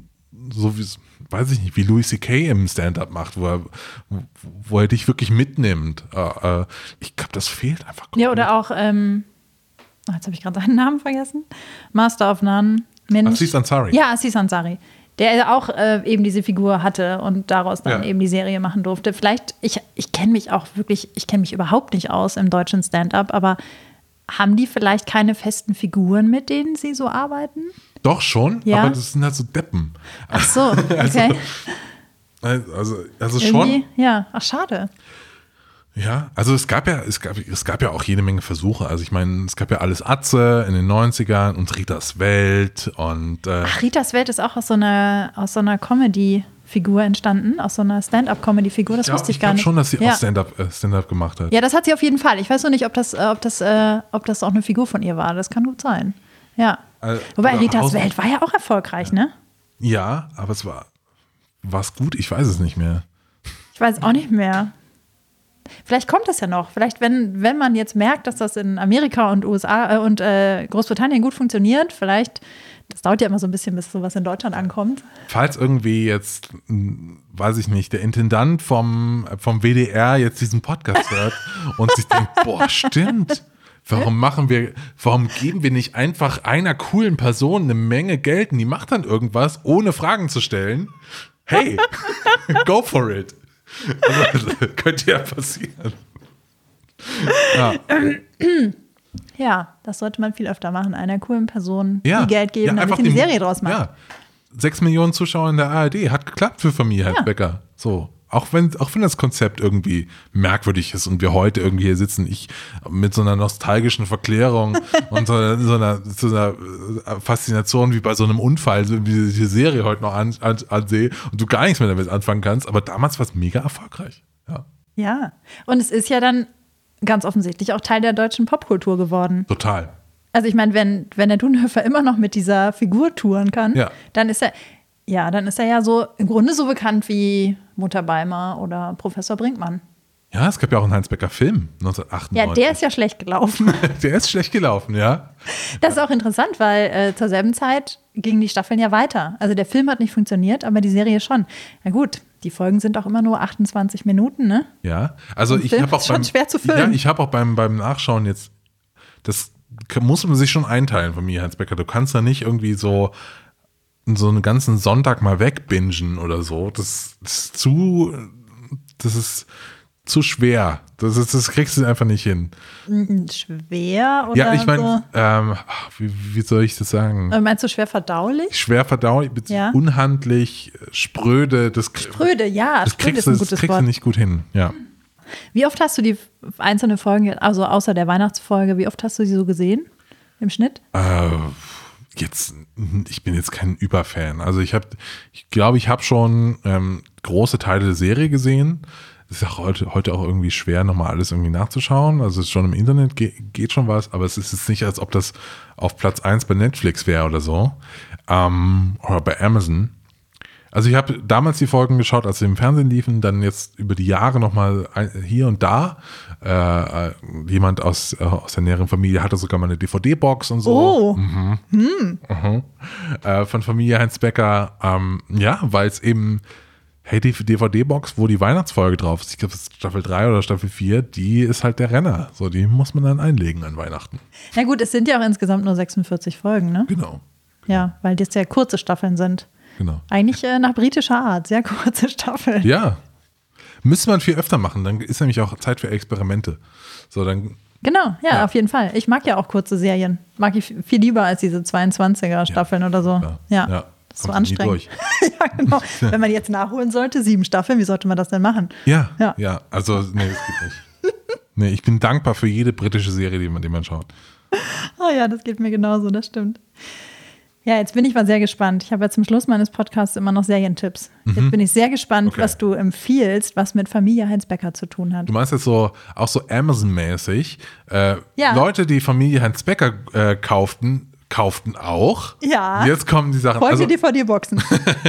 so wie, weiß ich nicht, wie Louis C K im Stand-Up macht, wo er, wo er dich wirklich mitnimmt. Äh, äh, ich glaube, das fehlt einfach. Ja, oder auch, ähm, oh, jetzt habe ich gerade seinen Namen vergessen, Master of None, Mensch. Aziz Ansari. Ja, Aziz Ansari. Der auch äh, eben diese Figur hatte und daraus dann Ja. eben die Serie machen durfte. Vielleicht, ich, ich kenne mich auch wirklich, ich kenne mich überhaupt nicht aus im deutschen Stand-up, aber haben die vielleicht keine festen Figuren, mit denen sie so arbeiten? Doch schon, Ja. aber das sind halt so Deppen. Ach so, okay. Also, also, also Irgendwie, schon. ja, ach schade. Ja, also es gab ja, es gab, es gab ja auch jede Menge Versuche. Also ich meine, es gab ja alles Atze in den neunzigern und Ritas Welt und äh, Ach, Ritas Welt ist auch aus so einer, aus so einer Comedy-Figur entstanden, aus so einer Stand-up-Comedy-Figur, das ja, wusste ich, ich gar glaube nicht. schon, dass sie ja. auch Stand-up äh, Stand-up gemacht hat. Ja, das hat sie auf jeden Fall. Ich weiß nur nicht, ob das, äh, ob das, äh, ob das auch eine Figur von ihr war. Das kann gut sein. Ja. Also, Wobei oder Ritas Haus- Welt war ja auch erfolgreich, ne? Ja, aber es war, war es gut? Ich weiß es nicht mehr. Ich weiß auch nicht mehr. Vielleicht kommt das ja noch. Vielleicht, wenn, wenn man jetzt merkt, dass das in Amerika und U S A äh, und äh, Großbritannien gut funktioniert, vielleicht, das dauert ja immer so ein bisschen, bis sowas in Deutschland ankommt. Falls irgendwie jetzt, mh, weiß ich nicht, der Intendant vom, vom W D R jetzt diesen Podcast hört und sich denkt, boah, stimmt. Warum machen wir, warum geben wir nicht einfach einer coolen Person eine Menge Geld und die macht dann irgendwas, ohne Fragen zu stellen? Hey, go for it. Also, könnte ja passieren. Ja. Ja, das sollte man viel öfter machen. Einer coolen Person Ja. viel Geld geben, Ja, damit einfach sie eine dem- Serie draus macht. Ja. Sechs Millionen Zuschauer in der A R D, hat geklappt für Familie Heinz Ja. Becker. So. Auch wenn, auch wenn das Konzept irgendwie merkwürdig ist und wir heute irgendwie hier sitzen, ich mit so einer nostalgischen Verklärung und so, so, einer, so einer Faszination wie bei so einem Unfall, so wie ich die Serie heute noch an, an, ansehe und du gar nichts mehr damit anfangen kannst, aber damals war es mega erfolgreich. Ja, Ja, und es ist ja dann ganz offensichtlich auch Teil der deutschen Popkultur geworden. total. Also ich meine, wenn, wenn der Dunhöfer immer noch mit dieser Figur touren kann, Ja. dann ist er, ja, dann ist er ja so im Grunde so bekannt wie Mutter Beimer oder Professor Brinkmann. Ja, es gab ja auch einen Heinz Becker Film neunzehnhundertachtundneunzig. Ja, der ist ja schlecht gelaufen. Der ist schlecht gelaufen, ja. Das ist auch interessant, weil äh, zur selben Zeit gingen die Staffeln ja weiter. Also der Film hat nicht funktioniert, aber die Serie schon. Na gut, die Folgen sind auch immer nur achtundzwanzig Minuten, ne? Ja, also Ein ich Film habe auch ist schon beim, schwer zu ja, füllen. ich habe auch beim, beim Nachschauen jetzt, das muss man sich schon einteilen von mir, Heinz Becker. Du kannst da nicht irgendwie so so einen ganzen Sonntag mal wegbingen oder so. Das, das ist zu, das ist zu schwer. Das, ist, das kriegst du einfach nicht hin. Schwer oder ja, ich meine, so? ähm, wie, wie soll ich das sagen? Äh, Meinst du schwer verdaulich? Schwer verdaulich, Ja. unhandlich, spröde. Das, Spröde, ja, das spröde kriegst, ist du, ein das gutes kriegst Wort. du nicht gut hin. Ja. Wie oft hast du die einzelne Folgen, also außer der Weihnachtsfolge, wie oft hast du die so gesehen im Schnitt? Äh, jetzt, ich bin jetzt kein Überfan. Also ich habe, ich glaube, ich habe schon ähm, große Teile der Serie gesehen. Es ist auch heute, heute auch irgendwie schwer, nochmal alles irgendwie nachzuschauen. Also es ist schon im Internet ge- geht schon was, aber es ist jetzt nicht, als ob das auf Platz eins bei Netflix wäre oder so. Ähm, oder bei Amazon. Also ich habe damals die Folgen geschaut, als sie im Fernsehen liefen, dann jetzt über die Jahre nochmal hier und da. Äh, jemand aus, äh, aus der näheren Familie hatte sogar mal eine D V D-Box und so. Oh. Mhm. Mhm. Äh, von Familie Heinz Becker. Ähm, ja, weil es eben, hey, die D V D-Box, wo die Weihnachtsfolge drauf ist, ich glaube, das ist Staffel drei oder Staffel vier, die ist halt der Renner. So, die muss man dann einlegen an Weihnachten. Na gut, es sind ja auch insgesamt nur sechsundvierzig Folgen, ne? Genau, Ja, weil das ja kurze Staffeln sind. genau. Eigentlich äh, nach britischer Art, sehr kurze Staffeln. Ja, müsste man viel öfter machen, dann ist nämlich auch Zeit für Experimente. So, dann, Genau, ja, Ja. auf jeden Fall. Ich mag ja auch kurze Serien. Mag ich viel lieber als diese zweiundzwanziger Staffeln oder so. ja, Ja, ja, das ist so kommst du nie anstrengend. ja, genau. Wenn man jetzt nachholen sollte, sieben Staffeln, wie sollte man das denn machen? ja, Ja. ja, also, nee, das geht nicht. Nee, ich bin dankbar für jede britische Serie, die man, die man schaut. Oh ja, das geht mir genauso, das stimmt. Ja, jetzt bin ich mal sehr gespannt. Ich habe ja zum Schluss meines Podcasts immer noch Serientipps. Jetzt bin ich sehr gespannt, Okay. was du empfiehlst, was mit Familie Heinz Becker zu tun hat. Du meinst jetzt so, auch so Amazon-mäßig. Äh, Ja. Leute, die Familie Heinz Becker äh, kauften, kauften auch. Ja. Jetzt kommen die Sachen. Folge Also, D V D-Boxen.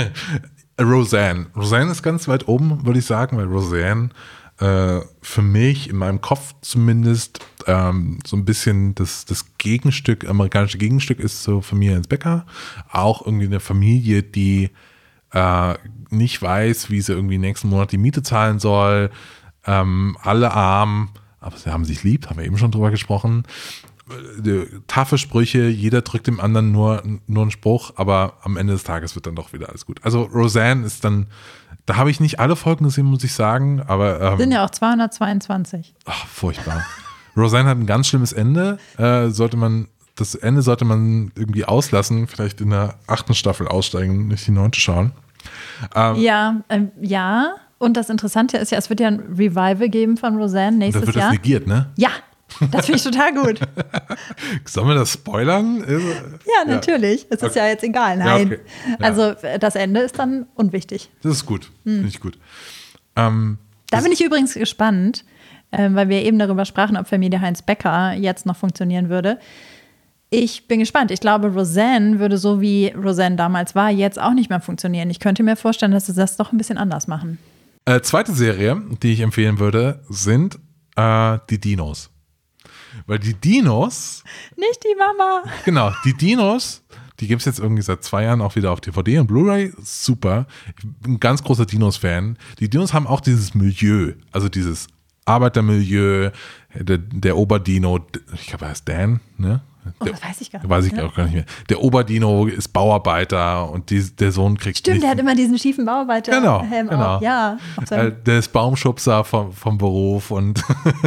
Roseanne. Roseanne ist ganz weit oben, würde ich sagen, weil Roseanne äh, für mich, in meinem Kopf zumindest, ähm, so ein bisschen das, das Gegenstück, amerikanische Gegenstück ist zur Familie Heinz Becker. Auch irgendwie eine Familie, die äh, nicht weiß, wie sie irgendwie nächsten Monat die Miete zahlen soll. Ähm, alle arm, aber sie haben sich lieb, haben wir eben schon drüber gesprochen. äh, taffe Sprüche, jeder drückt dem anderen nur, nur einen Spruch, aber am Ende des Tages wird dann doch wieder alles gut. Also Roseanne ist dann, da habe ich nicht alle Folgen gesehen, muss ich sagen, aber ähm, sind ja auch zweihundertzweiundzwanzig. Ach, furchtbar. Roseanne hat ein ganz schlimmes Ende, äh, sollte man das Ende sollte man irgendwie auslassen, vielleicht in der achten Staffel aussteigen, nicht die neunte schauen. Ähm, ja, ähm, ja. Und das Interessante ist ja, es wird ja ein Revival geben von Roseanne nächstes Jahr. Da wird Jahr. das negiert, ne? Ja, das finde ich total gut. Sollen wir das spoilern? Ja, natürlich. Es ist okay. ja jetzt egal. Nein. Ja, okay. ja. Also das Ende ist dann unwichtig. Das ist gut. Hm. Finde ich gut. Ähm, da bin ich übrigens gespannt, äh, weil wir eben darüber sprachen, ob Familie Heinz Becker jetzt noch funktionieren würde. Ich bin gespannt. Ich glaube, Roseanne würde so wie Roseanne damals war, jetzt auch nicht mehr funktionieren. Ich könnte mir vorstellen, dass sie das doch ein bisschen anders machen. Äh, zweite Serie, die ich empfehlen würde, sind äh, die Dinos. Weil die Dinos... Nicht die Mama. Genau, die Dinos, die gibt es jetzt irgendwie seit zwei Jahren auch wieder auf D V D und Blu-ray. Super. Ich bin ein ganz großer Dinos-Fan. Die Dinos haben auch dieses Milieu, also dieses Arbeitermilieu, der, der Oberdino, ich glaube, er heißt Dan, ne? Oh, der, das weiß ich gar nicht. Weiß ich auch gar nicht mehr. Der Oberdino ist Bauarbeiter und die, der Sohn kriegt Stimmt, nicht, der hat immer diesen schiefen Bauarbeiter-Helm genau, genau. auf. Ja, äh, der ist Baumschubser vom, vom Beruf und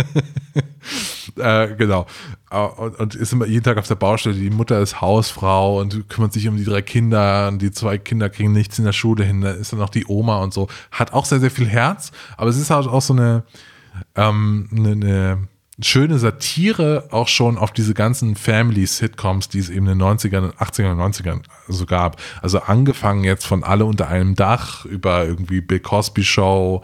äh, genau. Und, und ist immer jeden Tag auf der Baustelle. Die Mutter ist Hausfrau und kümmert sich um die drei Kinder und die zwei Kinder kriegen nichts in der Schule hin. Da ist dann noch die Oma und so. Hat auch sehr, sehr viel Herz, aber es ist halt auch so eine, ähm, eine, eine schöne Satire auch schon auf diese ganzen Family-Sitcoms, die es eben in den neunzigern, achtzigern und neunzigern so gab. Also angefangen jetzt von Alle unter einem Dach über irgendwie Bill Cosby Show,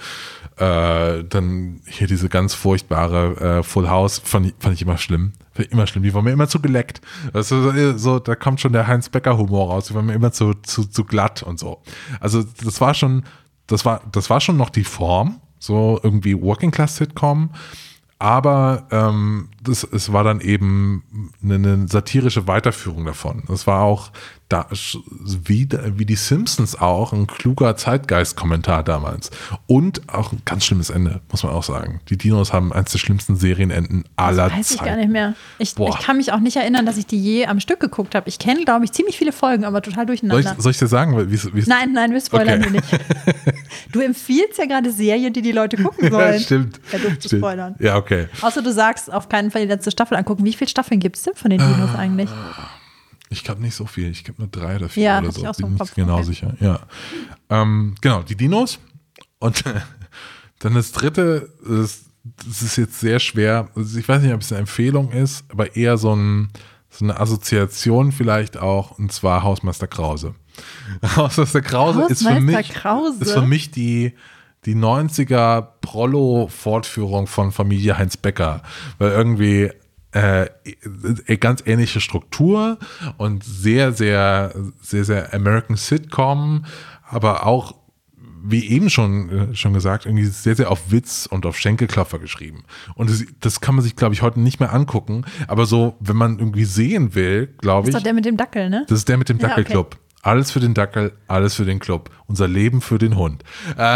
äh, dann hier diese ganz furchtbare äh, Full House, fand ich, fand ich immer schlimm. Fand ich immer schlimm, die waren mir immer zu geleckt. Also so, so, da kommt schon der Heinz Becker Humor raus, die waren mir immer zu, zu, zu glatt und so. Also das war schon, das war, das war schon noch die Form, so irgendwie Working-Class-Sitcom. Aber ähm, das, es war dann eben eine, eine satirische Weiterführung davon. Das war auch da, wie, wie die Simpsons auch, ein kluger Zeitgeist-Kommentar damals. Und auch ein ganz schlimmes Ende, muss man auch sagen. Die Dinos haben eines der schlimmsten Serienenden aller Zeiten. Das weiß ich gar nicht mehr. Ich, ich kann mich auch nicht erinnern, dass ich die je am Stück geguckt habe. Ich kenne, glaube ich, ziemlich viele Folgen, aber total durcheinander. Soll ich, soll ich dir sagen? Wie's, wie's nein, nein, wir spoilern okay. nicht. Du empfiehlst ja gerade Serien, die die Leute gucken sollen. Ja, stimmt. Ja, doof zu spoilern. Ja, okay. Außer du sagst, auf keinen Fall die letzte Staffel angucken. Wie viele Staffeln gibt es denn von den Dinos ah, eigentlich? Ich glaube nicht so viel. Ich glaube nur drei oder vier ja, oder so. Ich auch so bin Kopf, nicht genau okay. sicher. Ja. Ähm, genau, die Dinos. Und dann das dritte, das, das ist jetzt sehr schwer. Also ich weiß nicht, ob es eine Empfehlung ist, aber eher so, ein, so eine Assoziation vielleicht auch, und zwar Hausmeister Krause. Hausmeister Krause, Hausmeister ist, für mich, Krause? ist für mich die die neunziger Prollo-Fortführung von Familie Heinz Becker, weil irgendwie äh, ganz ähnliche Struktur und sehr, sehr, sehr, sehr American Sitcom, aber auch, wie eben schon, schon gesagt, irgendwie sehr, sehr auf Witz und auf Schenkelklopfer geschrieben. Und das, das kann man sich, glaube ich, heute nicht mehr angucken, aber so, wenn man irgendwie sehen will, glaube ich. Das ist doch der mit dem Dackel, ne? Das ist der mit dem Dackelclub. Ja, okay. Alles für den Dackel, alles für den Club. Unser Leben für den Hund. Äh,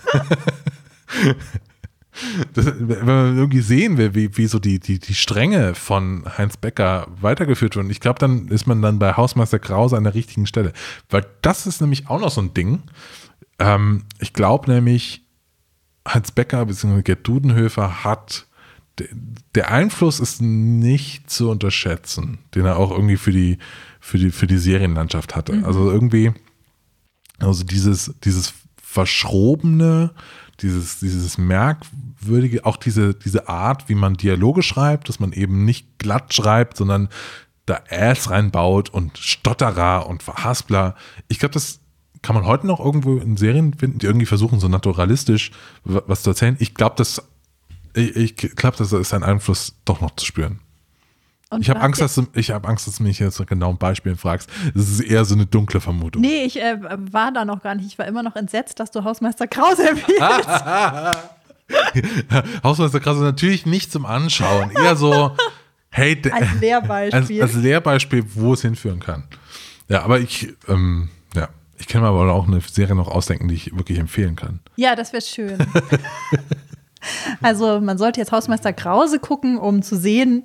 das, wenn man irgendwie sehen will, wie, wie so die, die, die Stränge von Heinz Becker weitergeführt wurden, ich glaube, dann ist man dann bei Hausmeister Krause an der richtigen Stelle. Weil das ist nämlich auch noch so ein Ding. Ähm, ich glaube nämlich, Heinz Becker bzw. Gerd Dudenhöfer hat, der Einfluss ist nicht zu unterschätzen, den er auch irgendwie für die für die, für die Serienlandschaft hatte. Mhm. Also irgendwie, also dieses, dieses Verschrobene, dieses, dieses Merkwürdige, auch diese, diese Art, wie man Dialoge schreibt, dass man eben nicht glatt schreibt, sondern da Äs reinbaut und Stotterer und Verhaspler. Ich glaube, das kann man heute noch irgendwo in Serien finden, die irgendwie versuchen, so naturalistisch was zu erzählen. Ich glaube, das, ich, ich glaube, das ist ein Einfluss doch noch zu spüren. Und ich habe Angst, dass du, ich habe Angst, dass du mich jetzt genau ein Beispiel fragst. Das ist eher so eine dunkle Vermutung. Nee, ich äh, war da noch gar nicht. Ich war immer noch entsetzt, dass du Hausmeister Krause empfiehlst. Hausmeister Krause natürlich nicht zum Anschauen. Eher so, hey, als Lehrbeispiel. Als, als Lehrbeispiel, wo es hinführen kann. Ja, aber ich, ähm, ja, ich kann mir aber auch eine Serie noch ausdenken, die ich wirklich empfehlen kann. Ja, das wäre schön. Also man sollte jetzt Hausmeister Krause gucken, um zu sehen,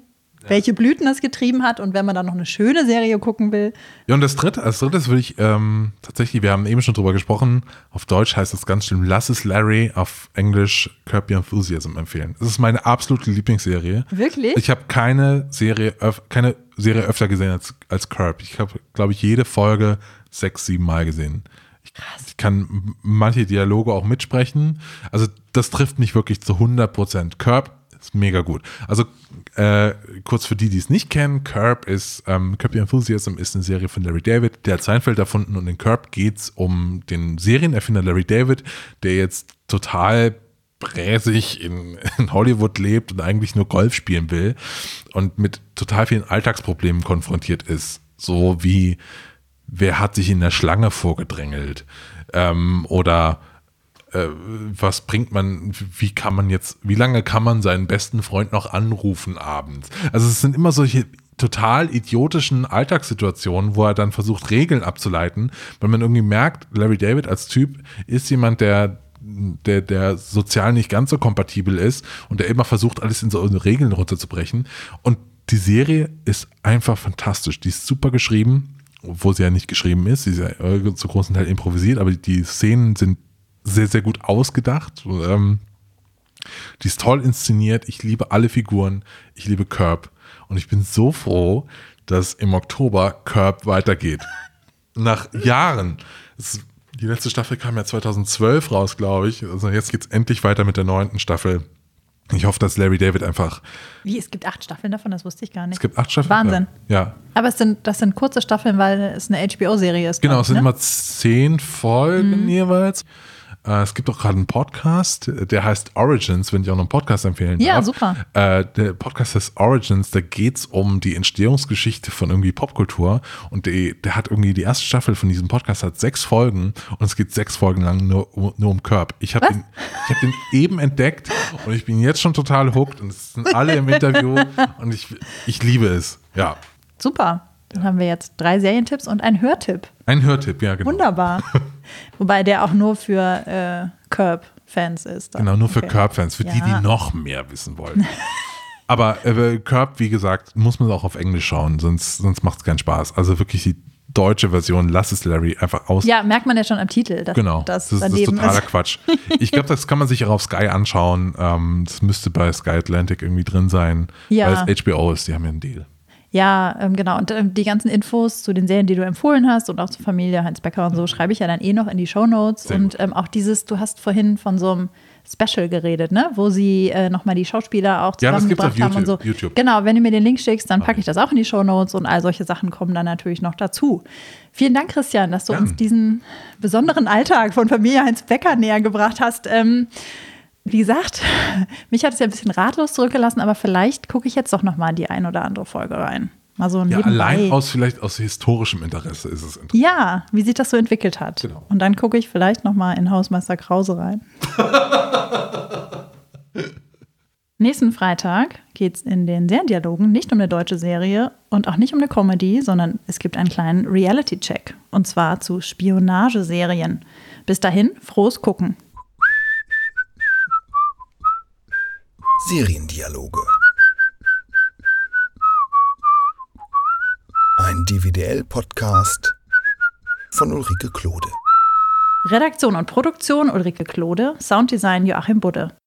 welche Blüten das getrieben hat. Und wenn man dann noch eine schöne Serie gucken will. Ja, und das dritte, als drittes würde ich ähm, tatsächlich, wir haben eben schon drüber gesprochen, auf Deutsch heißt das ganz schlimm, Lass es Larry, auf Englisch Curb Your Enthusiasm empfehlen. Das ist meine absolute Lieblingsserie. Wirklich? Ich habe keine Serie, öf- keine Serie öfter gesehen als, als Curb. Ich habe, glaube ich, jede Folge sechs, sieben Mal gesehen. Ich, ich kann manche Dialoge auch mitsprechen. Also das trifft mich wirklich zu hundert Prozent. Curb ist mega gut. Also äh, kurz für die, die es nicht kennen, Curb ist, ähm, Curb Your Enthusiasm ist eine Serie von Larry David, der hat Seinfeld erfunden, und in Curb geht es um den Serienerfinder Larry David, der jetzt total bräsig in, in Hollywood lebt und eigentlich nur Golf spielen will und mit total vielen Alltagsproblemen konfrontiert ist. So wie, wer hat sich in der Schlange vorgedrängelt? Ähm, oder äh, was bringt man, wie kann man jetzt, wie lange kann man seinen besten Freund noch anrufen abends? Also es sind immer solche total idiotischen Alltagssituationen, wo er dann versucht, Regeln abzuleiten, weil man irgendwie merkt, Larry David als Typ ist jemand, der Der, der sozial nicht ganz so kompatibel ist und der immer versucht, alles in so Regeln runterzubrechen. Und die Serie ist einfach fantastisch. Die ist super geschrieben, obwohl sie ja nicht geschrieben ist. Sie ist ja zu großen Teil improvisiert, aber die Szenen sind sehr, sehr gut ausgedacht. Ähm, die ist toll inszeniert. Ich liebe alle Figuren. Ich liebe Curb. Und ich bin so froh, dass im Oktober Curb weitergeht. Nach Jahren. Es Die letzte Staffel kam ja zweitausendzwölf raus, glaube ich. Also jetzt geht's endlich weiter mit der neunten Staffel. Ich hoffe, dass Larry David einfach... Wie, es gibt acht Staffeln davon? Das wusste ich gar nicht. Es gibt acht Staffeln? Wahnsinn. Ja. Aber es sind, das sind kurze Staffeln, weil es eine H B O-Serie ist. Genau, glaub es ich, sind ne? immer zehn Folgen Mhm. jeweils. Äh, es gibt auch gerade einen Podcast, der heißt Origins, wenn ich auch noch einen Podcast empfehlen darf. Ja, super. Äh, der Podcast heißt Origins, da geht es um die Entstehungsgeschichte von irgendwie Popkultur, und die, der hat irgendwie, die erste Staffel von diesem Podcast hat sechs Folgen, und es geht sechs Folgen lang nur, nur um Curb. Ich habe den, ich hab den eben entdeckt und ich bin jetzt schon total hooked, und es sind alle im Interview und ich, ich liebe es. Ja. Super. Dann haben wir jetzt drei Serientipps und einen Hörtipp. Ein Hörtipp, ja, genau. Wunderbar. Wobei der auch nur für äh, Curb-Fans ist. Dann. Genau, nur für Okay. Curb-Fans, für Ja. die, die noch mehr wissen wollen. Aber äh, Curb, wie gesagt, muss man auch auf Englisch schauen, sonst, sonst macht es keinen Spaß. Also wirklich die deutsche Version, Lass es Larry, einfach aus. Ja, merkt man ja schon am Titel. Dass Genau, das, das, das ist daneben totaler ist. Quatsch. Ich glaube, das kann man sich auch auf Sky anschauen. Ähm, das müsste bei Sky Atlantic irgendwie drin sein, Ja. weil es H B O ist, die haben ja einen Deal. Ja, ähm, genau. Und ähm, die ganzen Infos zu den Serien, die du empfohlen hast und auch zur Familie Heinz Becker und so, schreibe ich ja dann eh noch in die Shownotes. Sehr Und gut. ähm, auch dieses, du hast vorhin von so einem Special geredet, ne? Wo sie äh, nochmal die Schauspieler auch Ja, das gibt's auf zusammengebracht haben und so. YouTube. YouTube. Genau, wenn du mir den Link schickst, dann packe ich das auch in die Shownotes und all solche Sachen kommen dann natürlich noch dazu. Vielen Dank, Christian, dass du Gern. uns diesen besonderen Alltag von Familie Heinz Becker näher gebracht hast. Ähm, Wie gesagt, mich hat es ja ein bisschen ratlos zurückgelassen, aber vielleicht gucke ich jetzt doch noch mal die ein oder andere Folge rein. Mal so Ja, nebenbei. allein aus vielleicht aus historischem Interesse ist es interessant. Ja, wie sich das so entwickelt hat. Genau. Und dann gucke ich vielleicht noch mal in Hausmeister Krause rein. Nächsten Freitag geht es in den Seriendialogen nicht um eine deutsche Serie und auch nicht um eine Comedy, sondern es gibt einen kleinen Reality-Check. Und zwar zu Spionageserien. Bis dahin, frohes Gucken. Seriendialoge. Ein D V D L-Podcast von Ulrike Klode. Redaktion und Produktion Ulrike Klode, Sounddesign Joachim Budde.